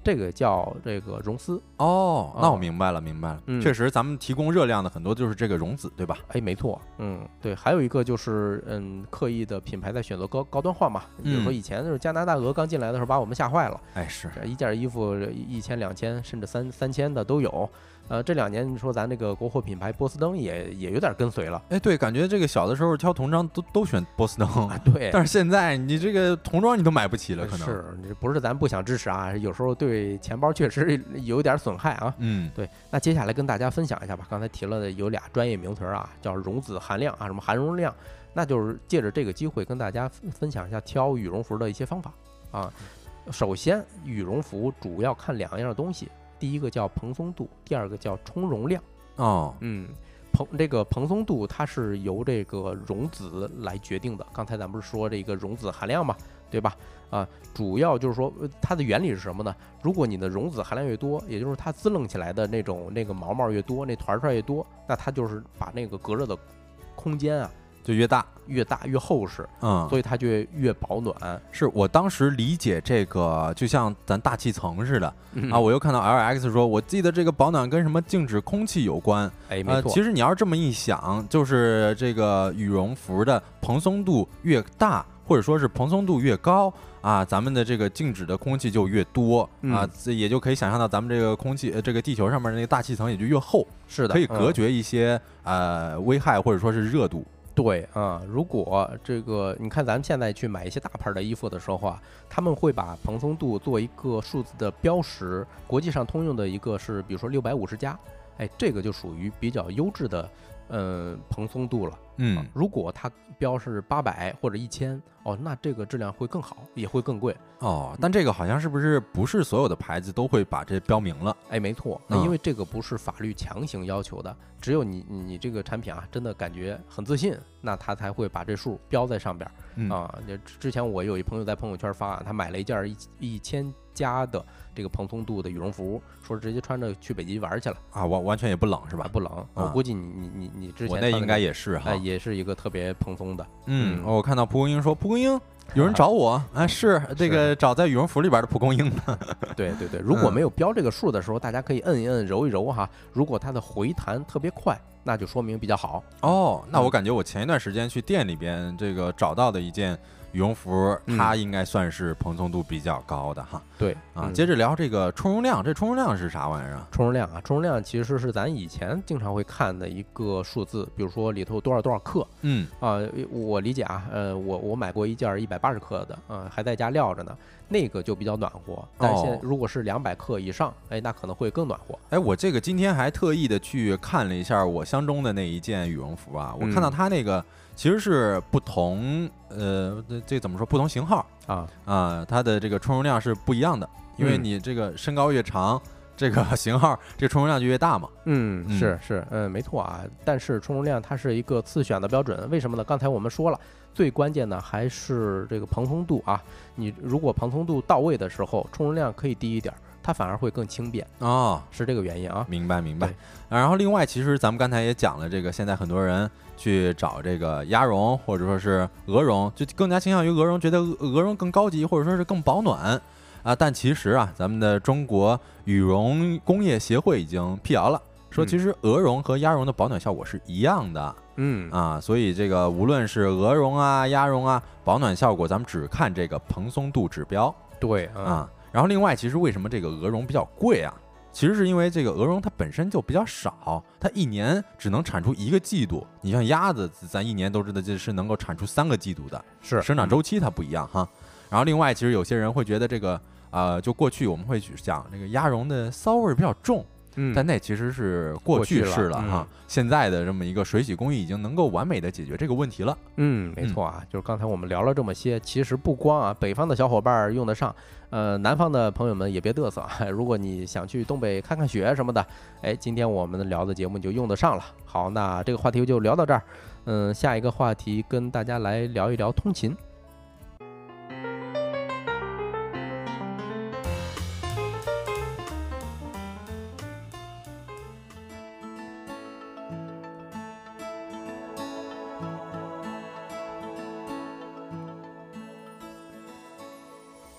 这个叫这个溶丝。 哦，那我明白了，明白了。 嗯、 确实，咱们提供热量的很多就是这个溶子，对吧？ 哎，没错。嗯，对。还有一个就是，嗯，刻意的品牌在选择高高端化嘛。比如说以前就是加拿大鹅刚进来的时候，把我们吓坏了。 哎，是一件衣服一千、两千，甚至三三千的都有。呃，这两年你说咱这个国货品牌波司登也也有点跟随了。 哎，对，感觉这个小的时候挑童装都都选波司登、 啊，对。 但是现在你这个童装你都买不起了，可能是不是咱不想支持啊？有时候对钱包确实有点损害啊。 嗯， 对。那接下来跟大家分享一下吧。刚才提了的有俩专业名词啊，叫溶子含量啊，什么含绒量。那就是借着这个机会跟大家分享一下挑羽绒服的一些方法啊。首先，羽绒服主要看两样东西。第一个叫蓬松度，第二个叫充绒量。 哦， 嗯，蓬这个蓬松度它是由这个绒子来决定的。刚才咱不是说这个绒子含量嘛，对吧？啊，主要就是说它的原理是什么呢？如果你的绒子含量越多，也就是它滋楞起来的那种那个毛毛越多，那团团越多，那它就是把那个隔热的空间啊就越大， 越大越厚实， 嗯， 所以它就越保暖。 是我当时理解这个，就像咱大气层似的、 嗯、 啊。我又看到 L X 说，我记得这个保暖跟什么静止空气有关。 哎，没错、呃。 其实你要是这么一想，就是这个羽绒服的蓬松度越大，或者说是蓬松度越高啊，咱们的这个静止的空气就越多啊，这、嗯、也就可以想象到咱们这个空气，呃，这个地球上面那个大气层也就越厚， 是的， 可以隔绝一些、嗯、呃危害或者说是热度。 对啊、嗯，如果这个你看咱们现在去买一些大牌的衣服的时候啊，他们会把蓬松度做一个数字的标识，国际上通用的一个是比如说六百五十加，哎，这个就属于比较优质的呃蓬松度了。 嗯、 啊，如果它标是八百或者一千，哦，那这个质量会更好，也会更贵哦。但这个好像是不是不是所有的牌子都会把这标明了？ 哎，没错，那因为这个不是法律强行要求的，嗯、只有你你这个产品啊，真的感觉很自信，那他才会把这数标在上边。 嗯、 啊，之前我有一朋友在朋友圈发，他买了一件一一千加的这个蓬松度的羽绒服，说直接穿着去北极玩去了啊，完完全也不冷是吧？ 不冷，啊、我估计你你你你之前我那应该也是哈。 哎，也是一个特别蓬松的。 嗯，我看到蒲公英说，蒲公英有人找我啊，是这个找在羽绒服里边的蒲公英呢。 对对对，如果没有标这个数的时候，大家可以摁一摁、揉一揉哈。如果它的回弹特别快，那就说明比较好。 哦，那我感觉我前一段时间去店里边这个找到的一件羽绒服，它应该算是蓬松度比较高的哈。 对啊， 嗯、 接着聊这个充绒量，这充绒量是啥玩意儿啊？ 充绒量啊，充绒量其实是咱以前经常会看的一个数字，比如说里头多少多少克。 嗯啊，我理解啊，呃，我我买过一件一百八十克的，啊、呃，还在家撂着呢，那个就比较暖和。但是现在如果是两百克以上，哎，那可能会更暖和。 哎，我这个今天还特意的去看了一下我相中的那一件羽绒服啊，我看到它那个。其实是不同，呃，这怎么说？不同型号啊啊，它的这个充绒量是不一样的，因为你这个身高越长，嗯、这个型号这个充绒量就越大嘛。 嗯，是是，嗯，没错啊。但是充绒量它是一个次选的标准，为什么呢？刚才我们说了，最关键的还是这个蓬松度啊。你如果蓬松度到位的时候，充绒量可以低一点。它反而会更轻便哦， 是这个原因啊。 明白明白。然后另外，其实咱们刚才也讲了，这个现在很多人去找这个鸭绒或者说是鹅绒，就更加倾向于鹅绒，觉得鹅绒更高级，或者说是更保暖啊。但其实啊，咱们的中国羽绒工业协会已经辟谣了，说其实鹅绒和鸭绒的保暖效果是一样的。 嗯啊，所以这个无论是鹅绒啊、鸭绒啊，保暖效果咱们只看这个蓬松度指标。 对啊。 啊然后另外，其实为什么这个鹅绒比较贵啊？其实是因为这个鹅绒它本身就比较少，它一年只能产出一个季度。你像鸭子，咱一年都知道这是能够产出三个季度的， 是生长周期它不一样哈。然后另外，其实有些人会觉得这个呃，就过去我们会去讲这个鸭绒的骚味比较重。 嗯， 但那其实是过去式了哈、 嗯。 现在的这么一个水洗工艺已经能够完美的解决这个问题了。 嗯，没错啊，嗯、就是刚才我们聊了这么些，其实不光啊，北方的小伙伴用得上，呃，南方的朋友们也别嘚瑟啊。如果你想去东北看看雪什么的，哎，今天我们聊的节目就用得上了。好，那这个话题就聊到这儿。嗯，下一个话题跟大家来聊一聊通勤。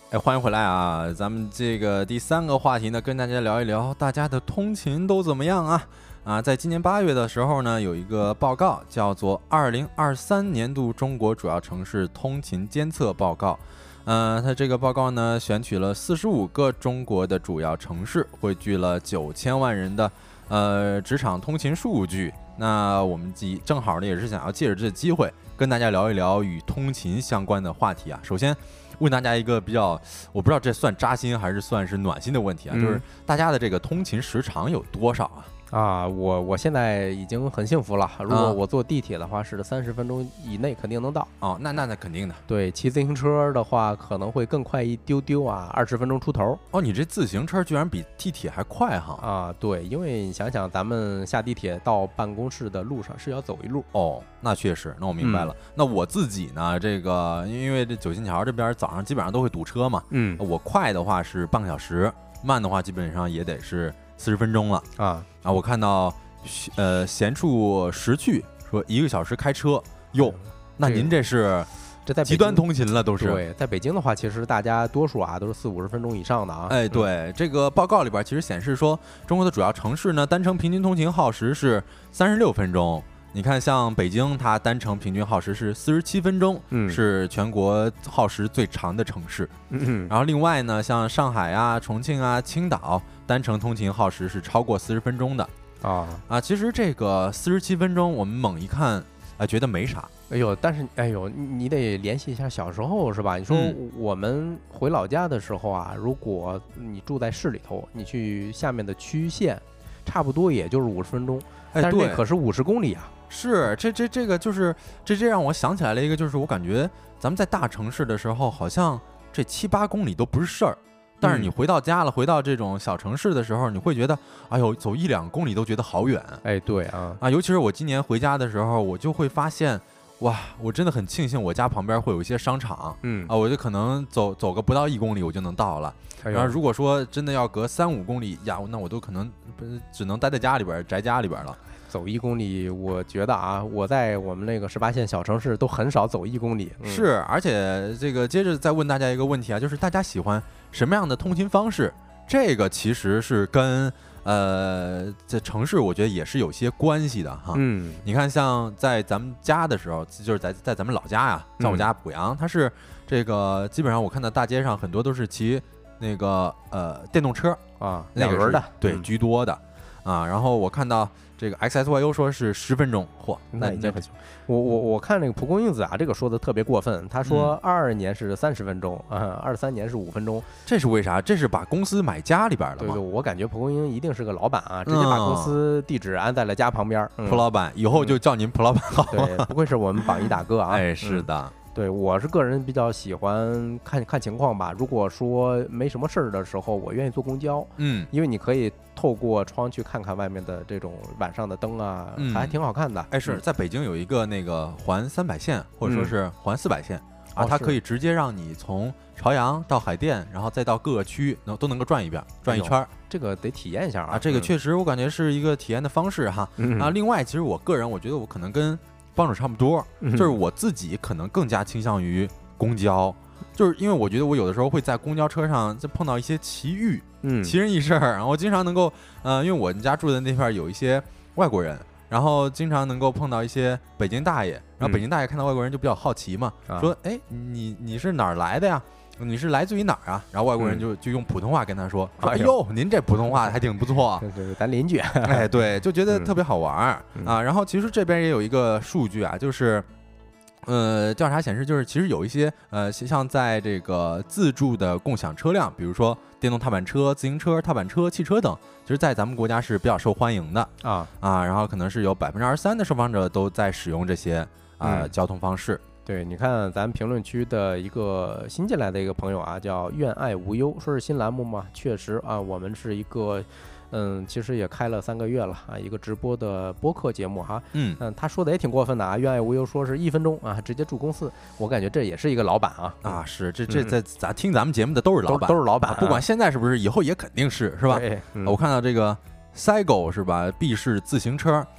哎，欢迎回来啊！咱们这个第三个话题呢，跟大家聊一聊大家的通勤都怎么样啊？啊，在今年八月的时候呢，有一个报告叫做《二零二三年度中国主要城市通勤监测报告》。呃，它这个报告呢，选取了四十五个中国的主要城市，汇聚了九千万人的呃职场通勤数据。那我们即正好呢，也是想要借着这机会跟大家聊一聊与通勤相关的话题啊。首先问大家一个比较，我不知道这算扎心还是算是暖心的问题啊，嗯、就是大家的这个通勤时长有多少啊？ 啊，我我现在已经很幸福了。如果我坐地铁的话，是三十分钟以内肯定能到。 哦，那那那肯定的。 对，骑自行车的话可能会更快一丢丢啊，二十分钟出头。 哦，你这自行车居然比地铁还快哈？ 啊，对，因为你想想，咱们下地铁到办公室的路上是要走一路。 哦，那确实，那我明白了。嗯、那我自己呢，这个因为这九仙桥这边早上基本上都会堵车嘛， 嗯， 我快的话是半个小时，慢的话基本上也得是四十分钟了啊啊！我看到。呃，闲处时去说一个小时开车哟，那您这是这在极端通勤了，都是。 对，在北京的话，其实大家多数啊都是四五十分钟以上的啊。 哎，对，嗯、这个报告里边其实显示说，中国的主要城市呢，单程平均通勤耗时是三十六分钟。你看，像北京，它单程平均耗时是四十七分钟， 嗯， 是全国耗时最长的城市。 嗯， 然后另外呢，像上海啊、重庆啊、青岛，单程通勤耗时是超过四十分钟的。 啊啊，其实这个四十七分钟，我们猛一看，啊，觉得没啥。 哎呦，但是哎呦，你得联系一下小时候是吧？你说我们回老家的时候啊，嗯、如果你住在市里头，你去下面的区县，差不多也就是五十分钟。 哎， 但是那可是五十公里啊！ 是，这这这个就是这这让我想起来了一个，就是我感觉咱们在大城市的时候，好像这七八公里都不是事儿。但是你回到家了，嗯、回到这种小城市的时候，你会觉得，哎呦，走一两公里都觉得好远。 哎，对啊， 啊，尤其是我今年回家的时候，我就会发现，哇，我真的很庆幸我家旁边会有一些商场， 嗯啊，我就可能走走个不到一公里我就能到了。 哎、 然后如果说真的要隔三五公里呀，那我都可能只能待在家里边，宅家里边了。 走一公里，我觉得啊，我在我们那个十八线小城市都很少走一公里。 嗯、是，而且这个接着再问大家一个问题啊，就是大家喜欢什么样的通勤方式？这个其实是跟呃这城市我觉得也是有些关系的哈。 嗯， 你看，像在咱们家的时候，就是在在咱们老家呀，像我家濮阳，它是这个基本上我看到大街上很多都是骑那个呃电动车啊， 两轮的， 对、 嗯、 居多的啊。然后我看到。这个 X S Y U 说是十分钟，嚯， 那已经很久。我我我看那个蒲公英子啊，这个说的特别过分。他说二二年是三十分钟啊，二三年是五分钟， 这是为啥？这是把公司买家里边了吗？ 对对，我感觉蒲公英一定是个老板啊，直接把公司地址安在了家旁边。 蒲、嗯、老板，以后就叫您蒲老板好。 对，不愧是我们榜一大哥啊。 哎，是的。 嗯对，我是个人比较喜欢看看情况吧。如果说没什么事儿的时候，我愿意坐公交， 嗯， 因为你可以透过窗去看看外面的这种晚上的灯啊， 嗯、 还挺好看的。 哎，是在北京有一个那个环三百线，或者说是环四百线、 嗯、 啊，它可以直接让你从朝阳到海淀，然后再到各个区能都能够转一遍，转一圈、哎。 这个得体验一下啊！ 啊，这个确实我感觉是一个体验的方式哈。 嗯、 啊，另外，其实我个人我觉得我可能跟帮主差不多， 嗯、 就是我自己可能更加倾向于。公交，就是因为我觉得我有的时候会在公交车上就碰到一些奇遇， 嗯， 奇人异事儿，然后我经常能够，呃，因为我们家住的那片有一些外国人，然后经常能够碰到一些北京大爷，然后北京大爷看到外国人就比较好奇嘛， 嗯、 说，哎，你你是哪儿来的呀？你是来自于哪儿啊？然后外国人就、嗯、就用普通话跟他说，说哎呦，您这普通话还挺不错， 这是咱邻居， 哎，对，就觉得特别好玩、 嗯、 啊。然后其实这边也有一个数据啊，就是。呃，调查显示，就是其实有一些呃，像在这个自助的共享车辆，比如说电动踏板车、自行车、踏板车、汽车等，其实在咱们国家是比较受欢迎的啊啊。然后可能是有百分之二十三的受访者都在使用这些啊、呃嗯、 交通方式。 对，你看咱评论区的一个新进来的一个朋友啊，叫愿爱无忧，说是新栏目嘛，确实啊，我们是一个。嗯，其实也开了三个月了啊，一个直播的播客节目哈。 嗯嗯，他说的也挺过分的啊，愿爱无忧说是一分钟啊，直接住公司，我感觉这也是一个老板啊啊，是这这在咱听咱们节目的都是老板， 都, 都是老板、啊啊，不管现在是不是，以后也肯定是是吧？ 嗯、 我看到这个 Cygo 是吧？B 式自行车，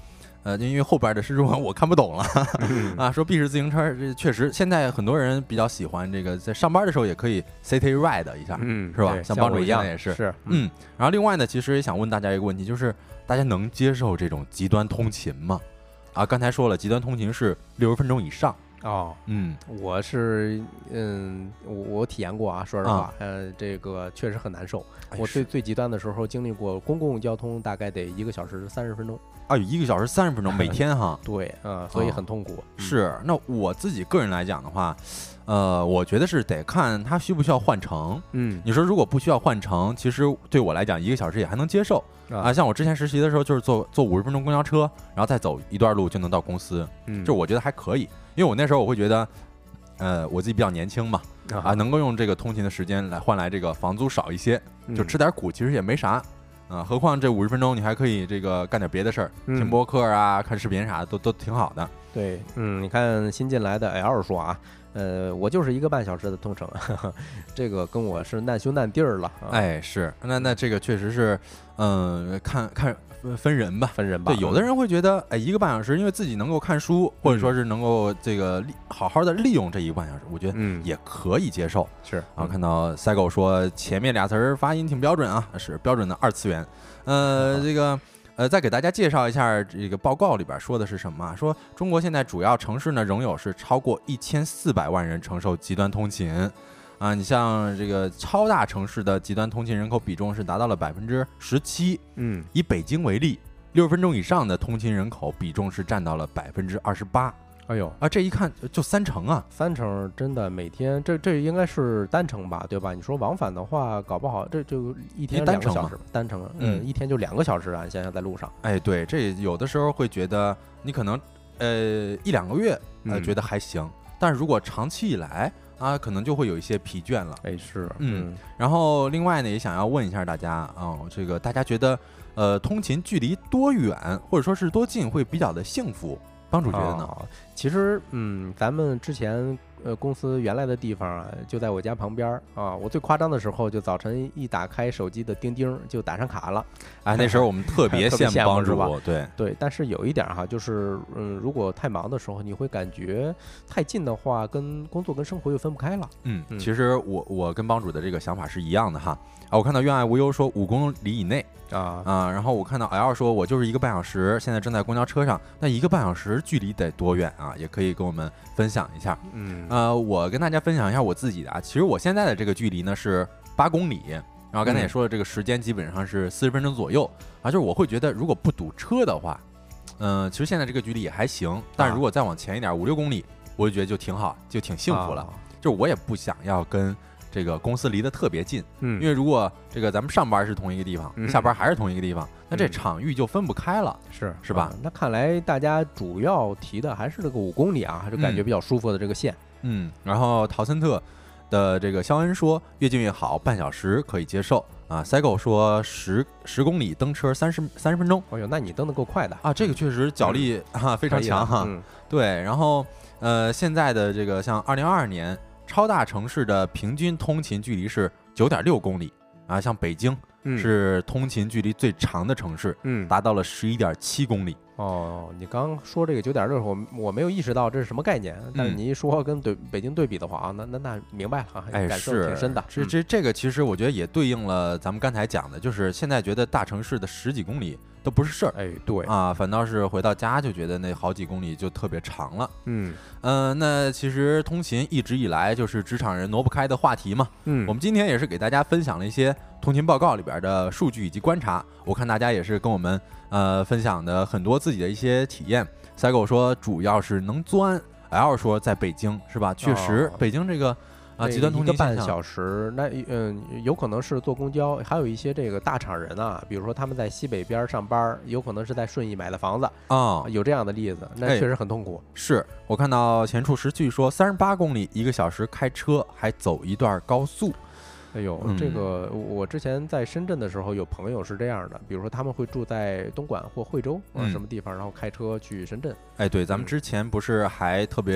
呃，因为后边的是中文我看不懂了啊。说 B 式自行车，这确实现在很多人比较喜欢这个，在上班的时候也可以 city ride 一下， 嗯， 是吧？像帮主一样也是， 是， 嗯。然后另外呢，其实也想问大家一个问题，就是大家能接受这种极端通勤吗？啊，刚才说了，极端通勤是六十分钟以上。 哦， 嗯， 我是嗯，我我体验过啊，说实话，啊、呃，这个确实很难受。 哎、 我最最极端的时候经历过公共交通，大概得一个小时三十分钟。 啊，有一个小时三十分钟每天哈。 对，嗯，所以很痛苦。 哦嗯、是，那我自己个人来讲的话，呃，我觉得是得看他需不需要换乘。 嗯， 你说如果不需要换乘，其实对我来讲一个小时也还能接受。啊，像我之前实习的时候，就是坐坐五十分钟公交车，然后再走一段路就能到公司， 嗯， 就我觉得还可以，因为我那时候我会觉得，呃，我自己比较年轻嘛，啊，能够用这个通勤的时间来换来这个房租少一些，就吃点苦，其实也没啥，啊，何况这五十分钟你还可以这个干点别的事儿，听播客啊、看视频啥的都都挺好的。 对，嗯，你看新进来的 L 说啊。呃，我就是一个半小时的通程，呵呵这个跟我是难兄难弟儿了。啊、 哎，是，那那这个确实是，嗯、呃，看看分人吧， 分人吧。 对，有的人会觉得，哎，一个半小时，因为自己能够看书，或者说是能够这个好好的利用这一个半小时，我觉得也可以接受。 是、 嗯、啊，看到赛狗说前面俩词儿发音挺标准啊，是标准的二次元。呃，这个。呃，再给大家介绍一下这个报告里边说的是什么？说中国现在主要城市呢，仍有是超过一千四百万人承受极端通勤，啊，你像这个超大城市的极端通勤人口比重是达到了百分之十七， 嗯， 以北京为例，六十分钟以上的通勤人口比重是占到了百分之二十八。 哎呦啊，这一看就三成啊， 三成真的每天这这应该是单程吧，对吧？你说往返的话，搞不好这就一天两个小时，单程，嗯，一天就两个小时啊！你想想在路上， 哎，对，这有的时候会觉得你可能呃一两个月呃、嗯、觉得还行，但是如果长期以来啊，可能就会有一些疲倦了。 哎，是， 嗯。然后另外呢，也想要问一下大家啊、哦，这个大家觉得呃通勤距离多远或者说是多近会比较的幸福？帮主觉得呢、 哦？其实，嗯，咱们之前呃公司原来的地方啊，就在我家旁边啊。我最夸张的时候，就早晨一打开手机的钉钉就打上卡了。 哎，那时候我们特别羡慕帮主，对对。但是有一点哈，就是嗯，如果太忙的时候，你会感觉太近的话，跟工作跟生活又分不开了。 嗯，嗯其实我我跟帮主的这个想法是一样的哈。啊，我看到愿爱无忧说五公里以内。 啊啊，然后我看到 L 说，我就是一个半小时，现在正在公交车上，那一个半小时距离得多远啊？也可以跟我们分享一下。 嗯， 呃，我跟大家分享一下我自己的啊，其实我现在的这个距离呢是八公里，然后刚才也说了，这个时间基本上是四十分钟左右啊，就是我会觉得如果不堵车的话，嗯、呃，其实现在这个距离也还行，但是如果再往前一点五六公里，我就觉得就挺好，就挺幸福了。啊、就是我也不想要跟。这个公司离得特别近， 嗯， 因为如果这个咱们上班是同一个地方， 嗯、 下班还是同一个地方，那这场域就分不开了， 是是吧、 啊？那看来大家主要提的还是这个五公里啊，还是感觉比较舒服的这个线。 嗯，然后陶森特的这个肖恩说越近越好，半小时可以接受啊。Cycle 说十十公里蹬车三十三十分钟， 哎呦，那你蹬得够快的啊，这个确实脚力哈、嗯啊、非常强哈、 嗯。 对，然后呃现在的这个像二零二二年。超大城市的平均通勤距离是九点六公里啊，像北京是通勤距离最长的城市， 嗯， 达到了十一点七公里。 哦，你刚说这个九点六，我我没有意识到这是什么概念，但是你一说跟对北京对比的话啊，那那那明白了啊， 哎， 感受挺深的。 这这这个其实我觉得也对应了咱们刚才讲的，就是现在觉得大城市的十几公里都不是事儿， 哎，对啊，反倒是回到家就觉得那好几公里就特别长了。 嗯嗯、呃，那其实通勤一直以来就是职场人挪不开的话题嘛。 嗯， 我们今天也是给大家分享了一些通勤报告里边的数据以及观察，我看大家也是跟我们呃分享的很多自己的一些体验。赛狗说主要是能钻 ，L 说在北京是吧？确实， 哦、 北京这个啊极端通勤一个半小时，那嗯有可能是坐公交，还有一些这个大厂人啊，比如说他们在西北边上班，有可能是在顺义买的房子啊、哦， 有这样的例子，那确实很痛苦。 哎、是我看到前处时序说三十八公里一个小时开车，还走一段高速。 哎呦， 嗯、 这个我之前在深圳的时候，有朋友是这样的，比如说他们会住在东莞或惠州啊、 嗯、 什么地方，然后开车去深圳。 哎，对，咱们之前不是还特别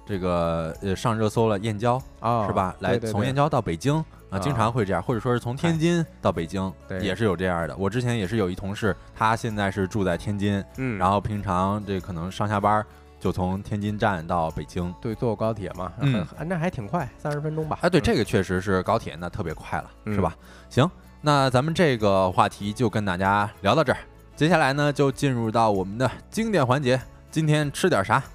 这个呃上热搜了燕郊啊， 是吧？来从燕郊到北京啊，经常会这样，或者说是从天津到北京，也是有这样的。我之前也是有一同事，他现在是住在天津，嗯，然后平常这可能上下班就从天津站到北京， 对，坐高铁嘛，嗯，那还挺快，三十分钟吧。 哎，对，这个确实是高铁，那特别快了，是吧？行，那咱们这个话题就跟大家聊到这儿，接下来呢就进入到我们的经典环节，今天吃点啥？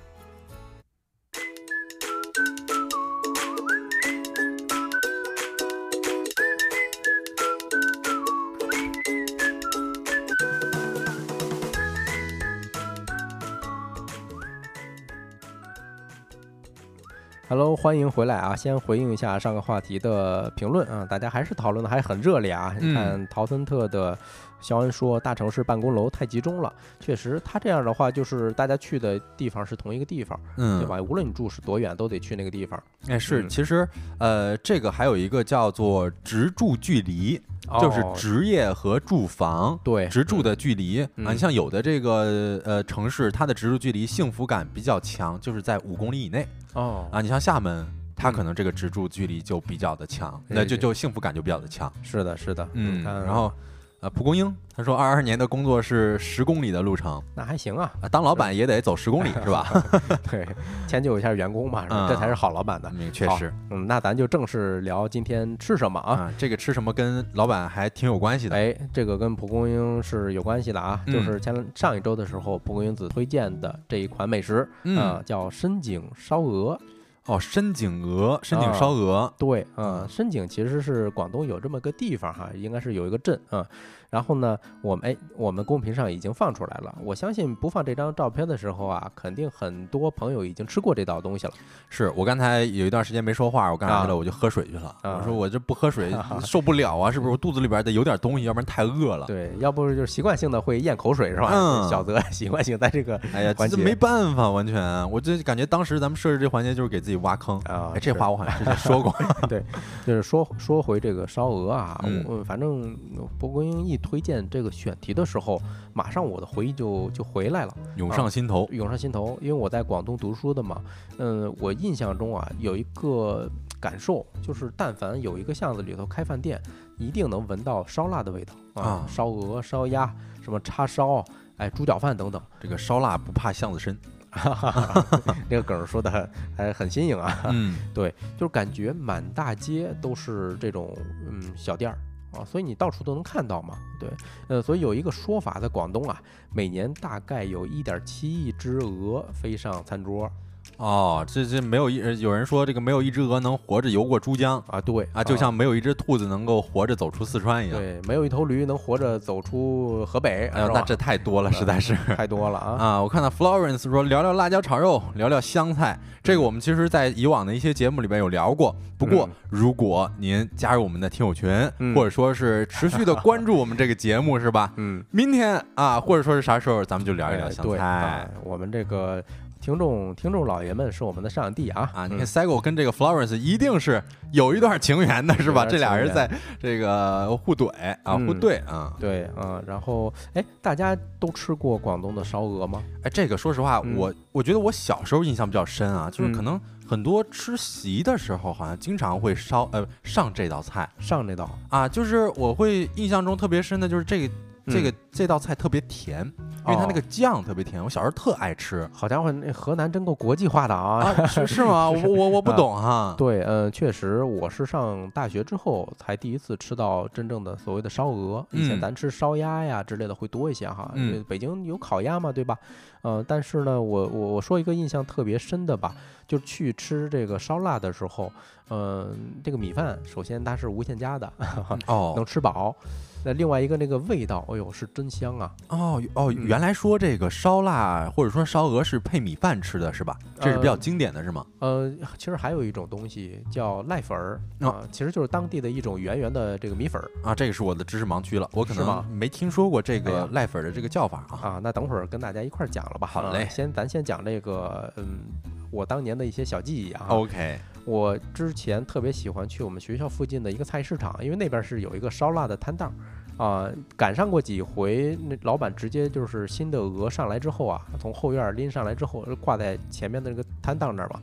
Hello， 欢迎回来啊！先回应一下上个话题的评论啊，大家还是讨论的还很热烈啊。你看陶森特的肖恩说，大城市办公楼太集中了，确实，他这样的话就是大家去的地方是同一个地方，嗯，对吧？无论你住是多远，都得去那个地方。 哎，是，其实呃，这个还有一个叫做职住距离。就是职业和住房、哦、 对职住的距离、嗯、啊，你像有的这个呃城市，它的职住距离幸福感比较强，就是在五公里以内哦啊，你像厦门，它可能这个职住距离就比较的强，那、嗯、就就幸福感就比较的强。 是的，是的， 嗯，然后。呃，蒲公英他说，二二年的工作是十公里的路程， 那还行啊。 当老板也得走十公里是吧？ 对，迁就一下员工嘛，是吧、嗯、这才是好老板的。 嗯，确实。 嗯，那咱就正式聊今天吃什么啊、 嗯？这个吃什么跟老板还挺有关系的。 哎，这个跟蒲公英是有关系的啊，嗯、就是前上一周的时候，蒲公英子推荐的这一款美食，嗯、呃，叫深井烧鹅。 哦，深井鹅，深井烧鹅， 呃、对，嗯，深井其实是广东有这么个地方哈，应该是有一个镇啊、嗯。然后呢，我们哎，我们公屏上已经放出来了。我相信不放这张照片的时候啊，肯定很多朋友已经吃过这道东西了。 是我刚才有一段时间没说话，我干啥去了？我就喝水去了。啊、我说我这不喝水受不了啊，是不是？我肚子里边得有点东西，要不然太饿了。 对，要不就是习惯性的会咽口水是吧？嗯，小泽习惯性在这个哎呀，这没办法，完全，我就感觉当时咱们设置这环节就是给自己挖坑啊。哎，这话我好像之前说过。 对，就是说说回这个烧鹅啊，嗯，我反正蒲公英一推荐这个选题的时候，马上我的回忆就就回来了， 涌上心头、 啊，涌上心头。因为我在广东读书的嘛，嗯，我印象中啊有一个感受，就是但凡有一个巷子里头开饭店，一定能闻到烧腊的味道啊，啊烧鹅、烧鸭、什么叉烧、哎猪脚饭等等。 这个烧腊不怕巷子深。 这个梗说的还很新颖啊， 嗯， 对，就是感觉满大街都是这种嗯小店儿啊，所以你到处都能看到嘛，对，呃，所以有一个说法，在广东啊，每年大概有一点七亿只鹅飞上餐桌。 哦，这这没有一有人说这个没有一只鹅能活着游过珠江啊，对啊，就像没有一只兔子能够活着走出四川一样， 对，没有一头驴能活着走出河北， 哎呦，那这太多了，实在是太多了啊！ 啊，我看到 Florence 说聊聊辣椒炒肉，聊聊香菜，这个我们其实在以往的一些节目里边有聊过。不过，嗯、如果您加入我们的听友群，嗯、或者说是持续的关注我们这个节目，是吧？嗯，明天啊，或者说是啥时候，咱们就聊一聊香菜。 哎啊、我们这个。听众听众老爷们是我们的上帝啊啊！你看 Sego 跟这个 Florence 一定是有一段情缘的，是吧？这俩人在这个互怼啊，互怼啊， 对啊。然后哎，大家都吃过广东的烧鹅吗？ 哎，这个说实话，我我觉得我小时候印象比较深啊，就是可能很多吃席的时候，好像经常会烧呃上这道菜， 上这道啊，就是我会印象中特别深的就是这个。这个这道菜特别甜，因为它那个酱特别甜，我小时候特爱吃。 好家伙，那河南真够国际化的啊！ 啊是是吗？我我我不懂哈、啊。 对，嗯，确实，我是上大学之后才第一次吃到真正的所谓的烧鹅。以前咱吃烧鸭呀之类的会多一些哈，因为北京有烤鸭嘛，对吧？呃，但是呢，我我我说一个印象特别深的吧，就是去吃这个烧腊的时候，嗯、呃，这个米饭首先它是无限加的，哦，能吃饱。那另外一个那个味道，哎呦，是真香啊！ 哦哦，原来说这个烧腊或者说烧鹅是配米饭吃的，是吧？这是比较经典的是吗？ 呃，其实还有一种东西叫赖粉儿啊，其实就是当地的一种圆圆的这个米粉儿啊。这个是我的知识盲区了，我可能没听说过这个赖粉的这个叫法啊。 啊，那等会儿跟大家一块儿讲了吧。 好嘞， 先咱先讲这个，嗯，我当年的一些小记忆啊。 OK。 我之前特别喜欢去我们学校附近的一个菜市场，因为那边是有一个烧腊的摊档啊、呃，赶上过几回，那老板直接就是新的鹅上来之后啊，从后院拎上来之后挂在前面的那个摊档那儿嘛，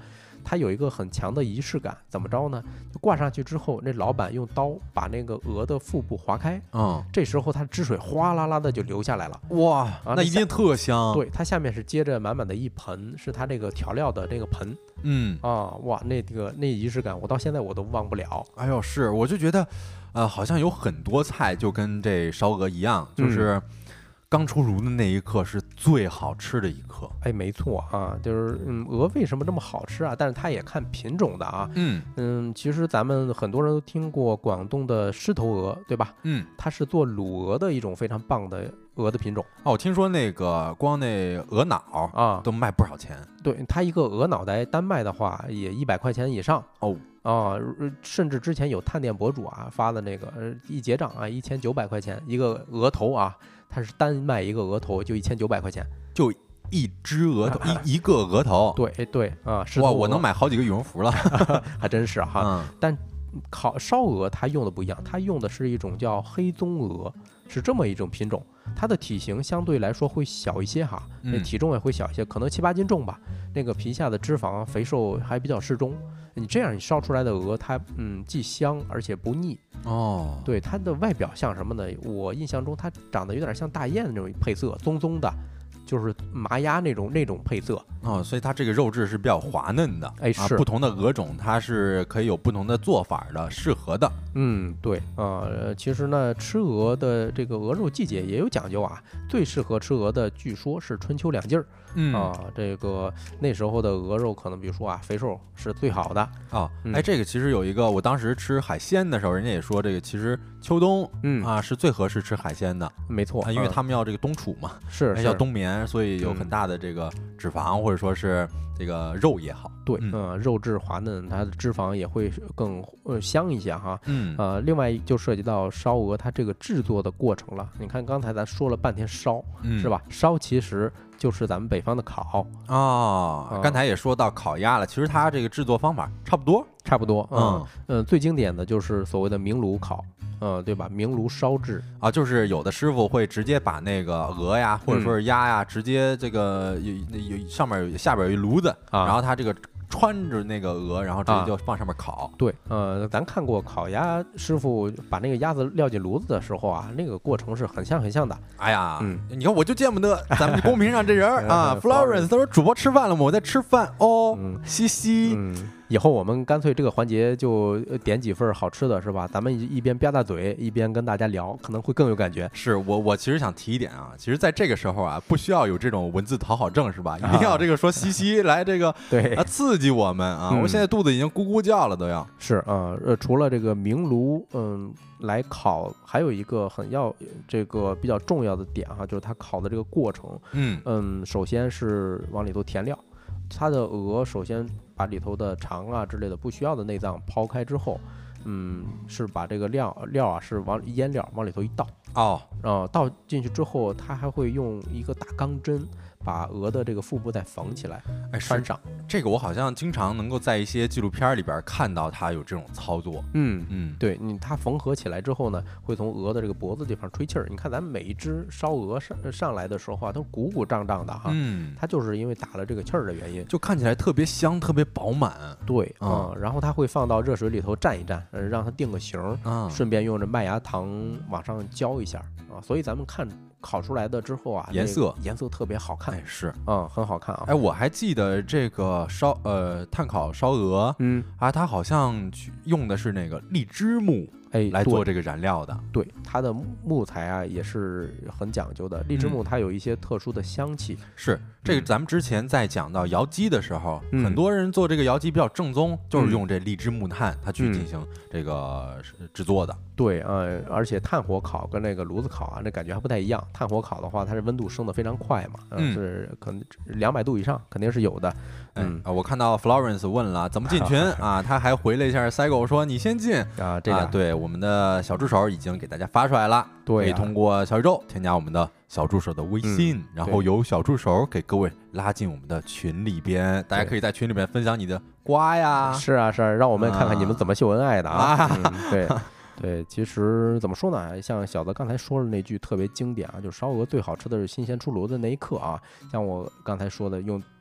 它有一个很强的仪式感。怎么着呢？就挂上去之后，那老板用刀把那个鹅的腹部划开， 嗯， 这时候它汁水哗啦啦的就流下来了。 哇， 啊、 那一定特香。 对，它下面是接着满满的一盆，是它这个调料的这个盆。 嗯啊，哇，那个那仪式感，我到现在我都忘不了。 哎呦，是，我就觉得，呃，好像有很多菜就跟这烧鹅一样，就是刚出炉的那一刻是最好吃的一刻。 哎，没错啊，就是嗯，鹅为什么这么好吃啊？但是它也看品种的啊。 嗯嗯，其实咱们很多人都听过广东的狮头鹅，对吧？ 嗯， 它是做卤鹅的一种非常棒的鹅的品种。 哦，我听说那个光那鹅脑啊都卖不少钱。 对，它一个鹅脑袋单卖的话，也一百块钱以上哦。 啊，甚至之前有探店博主啊发的那个，呃，一结账啊，一千九百块钱一个鹅头啊，它是单卖一个鹅头就一千九百块钱， 就一只鹅头，一一个鹅头。 对对啊， 哇，我能买好几个羽绒服了， 还真是哈。 嗯、 但烤烧鹅它用的不一样，它用的是一种叫黑棕鹅，是这么一种品种，它的体型相对来说会小一些哈，那体重也会小一些，可能七八斤重吧。那个皮下的脂肪肥瘦还比较适中，你这样你烧出来的鹅，它嗯既香而且不腻哦。 对，它的外表像什么呢？我印象中它长得有点像大雁的那种配色，棕棕的。就是麻鸭那种那种配色哦，所以它这个肉质是比较滑嫩的。 哎，是、 啊、不同的鹅种，它是可以有不同的做法的，适合的。 嗯，对啊、呃，其实呢，吃鹅的这个鹅肉季节也有讲究啊。最适合吃鹅的，据说是春秋两季儿。 嗯啊，这个那时候的鹅肉可能，比如说啊，肥瘦是最好的啊。 嗯、 哎，这个其实有一个，我当时吃海鲜的时候，人家也说这个其实秋冬， 嗯啊是最合适吃海鲜的。 没错、 啊，因为他们要这个冬储嘛， 是要冬眠，所以有很大的这个脂肪、嗯、或者说是这个肉也好。 对，嗯、呃，肉质滑嫩，它的脂肪也会更呃香一些哈。 嗯， 呃，另外就涉及到烧鹅它这个制作的过程了。你看刚才咱说了半天烧， 嗯、 是吧？烧其实就是咱们北方的烤哦。 呃、 刚才也说到烤鸭了，其实它这个制作方法差不多， 差不多。嗯嗯、 呃，最经典的就是所谓的明炉烤。嗯，对吧？明炉烧制啊，就是有的师傅会直接把那个鹅呀，或者说是鸭呀，嗯、直接这个有有上面有下边有一炉子， 啊、 然后它这个穿着那个鹅，然后直接就放上面烤。 啊、对，呃，咱看过烤鸭师傅把那个鸭子撂进炉子的时候啊，那个过程是很像很像的。 哎呀， 嗯， 你看我就见不得咱们公屏上这人啊，Florence 他说主播吃饭了吗？我在吃饭哦， 嗯、 嘻嘻。 嗯，以后我们干脆这个环节就点几份好吃的，是吧？咱们一边吧嗒嘴，一边跟大家聊，可能会更有感觉。 是我，我其实想提一点啊，其实在这个时候啊，不需要有这种文字讨好症，是吧？一定要这个说嘻嘻来这个对啊刺激我们啊！嗯、我现在肚子已经咕咕叫了，都要。 是啊，呃，除了这个明炉，嗯，来烤，还有一个很要这个比较重要的点哈、啊，就是它烤的这个过程。 嗯嗯，首先是往里头填料。它的鹅首先把里头的肠啊之类的不需要的内脏抛开之后，嗯，是把这个料料啊是往腌料往里头一倒哦， 啊，倒进去之后，它还会用一个大钢针把鹅的这个腹部再缝起来， 哎， 穿上。 这个我好像经常能够在一些纪录片里边看到它有这种操作。 嗯嗯， 对你它缝合起来之后呢，会从鹅的这个脖子地方吹气儿。你看咱们每一只烧鹅上上来的时候啊，都鼓鼓胀胀的哈。 嗯， 它就是因为打了这个气儿的原因， 就看起来特别香，特别饱满。 对啊、 嗯，然后它会放到热水里头蘸一蘸，呃，让它定个型儿， 啊， 顺便用着麦芽糖往上浇一下啊。所以咱们看烤出来的之后啊， 颜色颜色特别好看。 哎，是， 嗯，很好看啊。 哎，我还记得这个烧呃炭烤烧鹅， 嗯啊，它好像用的是那个荔枝木。 哎， 来做这个燃料的， 对它的木材啊也是很讲究的。荔枝木它有一些特殊的香气， 嗯、是这个咱们之前在讲到窑鸡的时候， 嗯、 很多人做这个窑鸡比较正宗，就是用这荔枝木炭它去进行这个制作的。 嗯、对，呃，而且炭火烤跟那个炉子烤啊，那感觉还不太一样。炭火烤的话，它是温度升得非常快嘛，呃、 嗯， 是可能两百度以上肯定是有的。 嗯啊，我看到 Florence 问了怎么进群啊，他还回了一下 Cycle 说你先进啊，这样、 啊、对，我们的小助手已经给大家发出来了， 对、啊， 可以通过小宇宙添加我们的小助手的微信， 嗯、 然后由小助手给各位拉进我们的群里边，大家可以在群里边分享你的瓜呀， 是啊是啊，让我们看看你们怎么秀恩爱的啊， 啊嗯、对。对，其实怎么说呢？像小的刚才说的那句特别经典啊，就是烧鹅最好吃的是新鲜出炉的那一刻啊。像我刚才说的，用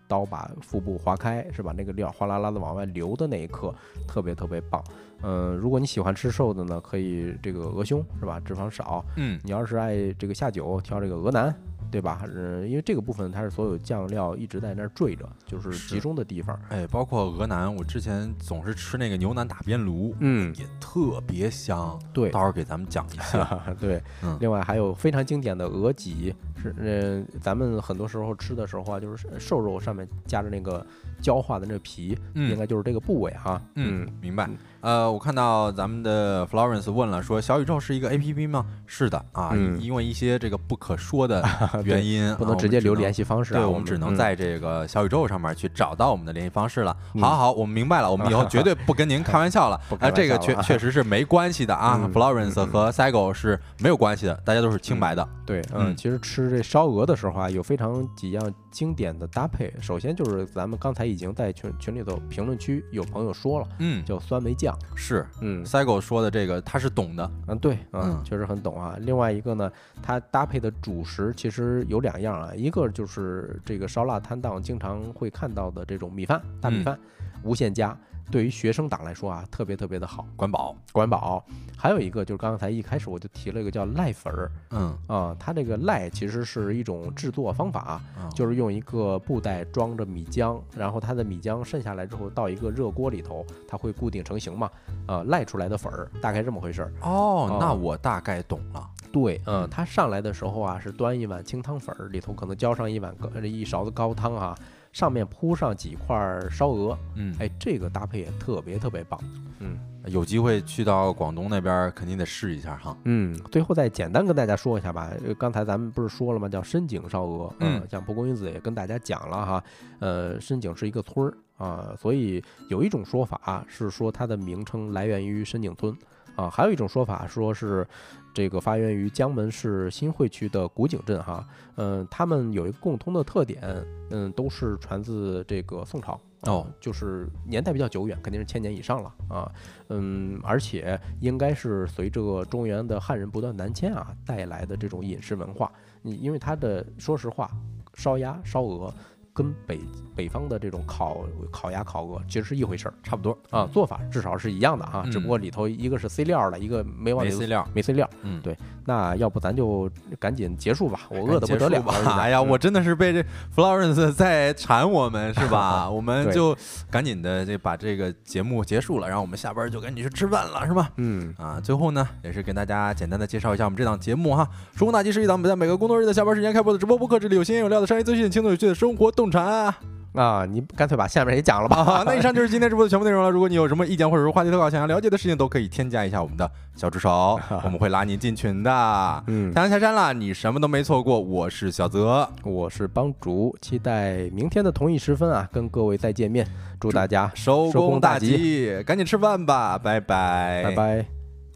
刀把腹部划开，是吧？那个料哗啦啦的往外流的那一刻，特别特别棒。嗯，如果你喜欢吃瘦的呢，可以这个鹅胸，是吧？脂肪少。 嗯， 你要是爱这个下酒，挑这个鹅腩。对吧？嗯，因为这个部分它是所有酱料一直在那儿坠着，就是集中的地方。 哎，包括鹅腩，我之前总是吃那个牛腩打边炉， 嗯， 也特别香。 对， 到时候给咱们讲一下。 对，嗯，另外还有非常经典的鹅脊，是嗯、呃，咱们很多时候吃的时候啊，就是瘦肉上面夹着那个焦化的那个皮， 嗯， 应该就是这个部位哈。 嗯，嗯明白。呃，我看到咱们的 Florence 问了，说小宇宙是一个 A P P 吗？是的啊，嗯、因为一些这个不可说的原因， 不能直接留联系方式、啊， 对，我们只能在这个小宇宙上面去找到我们的联系方式了。嗯、好好，我们明白了，我们以后绝对不跟您开玩笑了。啊，这个确确实是没关系的啊、嗯、，Florence 和 Saigo 是没有关系的，大家都是清白的。 嗯、对，嗯，嗯其实吃这烧鹅的时候啊，有非常几样经典的搭配。首先就是咱们刚才已经在群群里头评论区有朋友说了， 嗯， 叫酸梅酱， 是， 嗯。 Saigo 说的这个他是懂的， 嗯，对，嗯，确实很懂啊。另外一个呢，它搭配的主食其实有两样啊，一个就是这个烧腊摊档经常会看到的这种米饭，大米饭，嗯、无限加，对于学生党来说啊，特别特别的好， 管饱， 管饱。还有一个就是刚才一开始我就提了一个叫赖粉儿， 嗯啊，它这个赖其实是一种制作方法， 嗯、 就是用一个布袋装着米浆，然后它的米浆渗下来之后到一个热锅里头，它会固定成型嘛，呃，赖出来的粉儿大概这么回事儿。 哦，呃、那我大概懂了。 对，嗯，它上来的时候啊，是端一碗清汤粉儿，里头可能浇上一碗一勺子高汤啊，上面铺上几块烧鹅， 嗯， 哎，这个搭配也特别特别棒，嗯。 有机会去到广东那边，肯定得试一下哈。 嗯，最后再简单跟大家说一下吧。刚才咱们不是说了吗？叫深井烧鹅。 嗯， 像蒲公英子也跟大家讲了哈。呃，深井是一个村儿啊，所以有一种说法是说它的名称来源于深井村啊，还有一种说法说是这个发源于江门市新会区的古井镇哈。嗯、呃，他们有一个共通的特点，嗯，都是传自这个宋朝。 哦， 就是年代比较久远，肯定是千年以上了啊，嗯，而且应该是随着中原的汉人不断南迁啊带来的这种饮食文化。你因为它的说实话，烧鸭、烧鹅跟北北方的这种烤烤鸭、烤鹅其实是一回事儿，差不多啊，做法至少是一样的哈、啊， 嗯、 只不过里头一个是塞料的，一个没往里没塞料， 没塞料。 嗯， 对，那要不咱就赶紧结束吧，我饿得不得了吧？哎呀， 嗯、 我真的是被这 Florence 在馋我们是吧？我们就赶紧的这把这个节目结束了，然后我们下班就赶紧去吃饭了，是吧？ 嗯啊，最后呢，也是跟大家简单的介绍一下我们这档节目哈。收工大吉是一档在每个工作日的下班时间开播的直播播客，这里有新鲜有料的商业资讯，轻松有趣的生活洞察。 啊，你干脆把下面也讲了吧。 啊、那以上就是今天直播的全部内容了。如果你有什么意见或者是话题投稿，想要了解的事情，都可以添加一下我们的小助手，我们会拉您进群的。 嗯， 太阳下山了，你什么都没错过。我是小泽， 我是帮主，期待明天的同一时分啊，跟各位再见面。祝大家收工大吉， 吉赶紧吃饭吧，拜拜， 拜拜。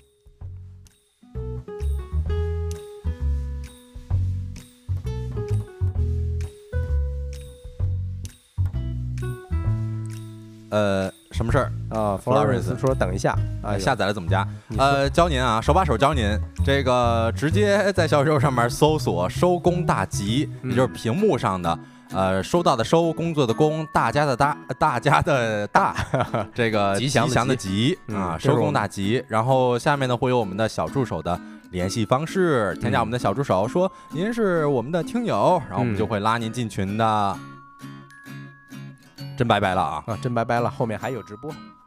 呃，什么事儿啊 ？Florence 说等一下啊， 下载了怎么加？呃，教您啊，手把手教您，这个直接在小宇宙上面搜索“收工大吉”， 嗯、 也就是屏幕上的呃收到的收，工作的工，大家的大，大家的大，这个吉祥的吉啊，收工大吉。然后下面呢会有我们的小助手的联系方式，添加我们的小助手，说您是我们的听友，然后我们就会拉您进群的。真拜拜了啊！ 啊，真拜拜了，后面还有直播。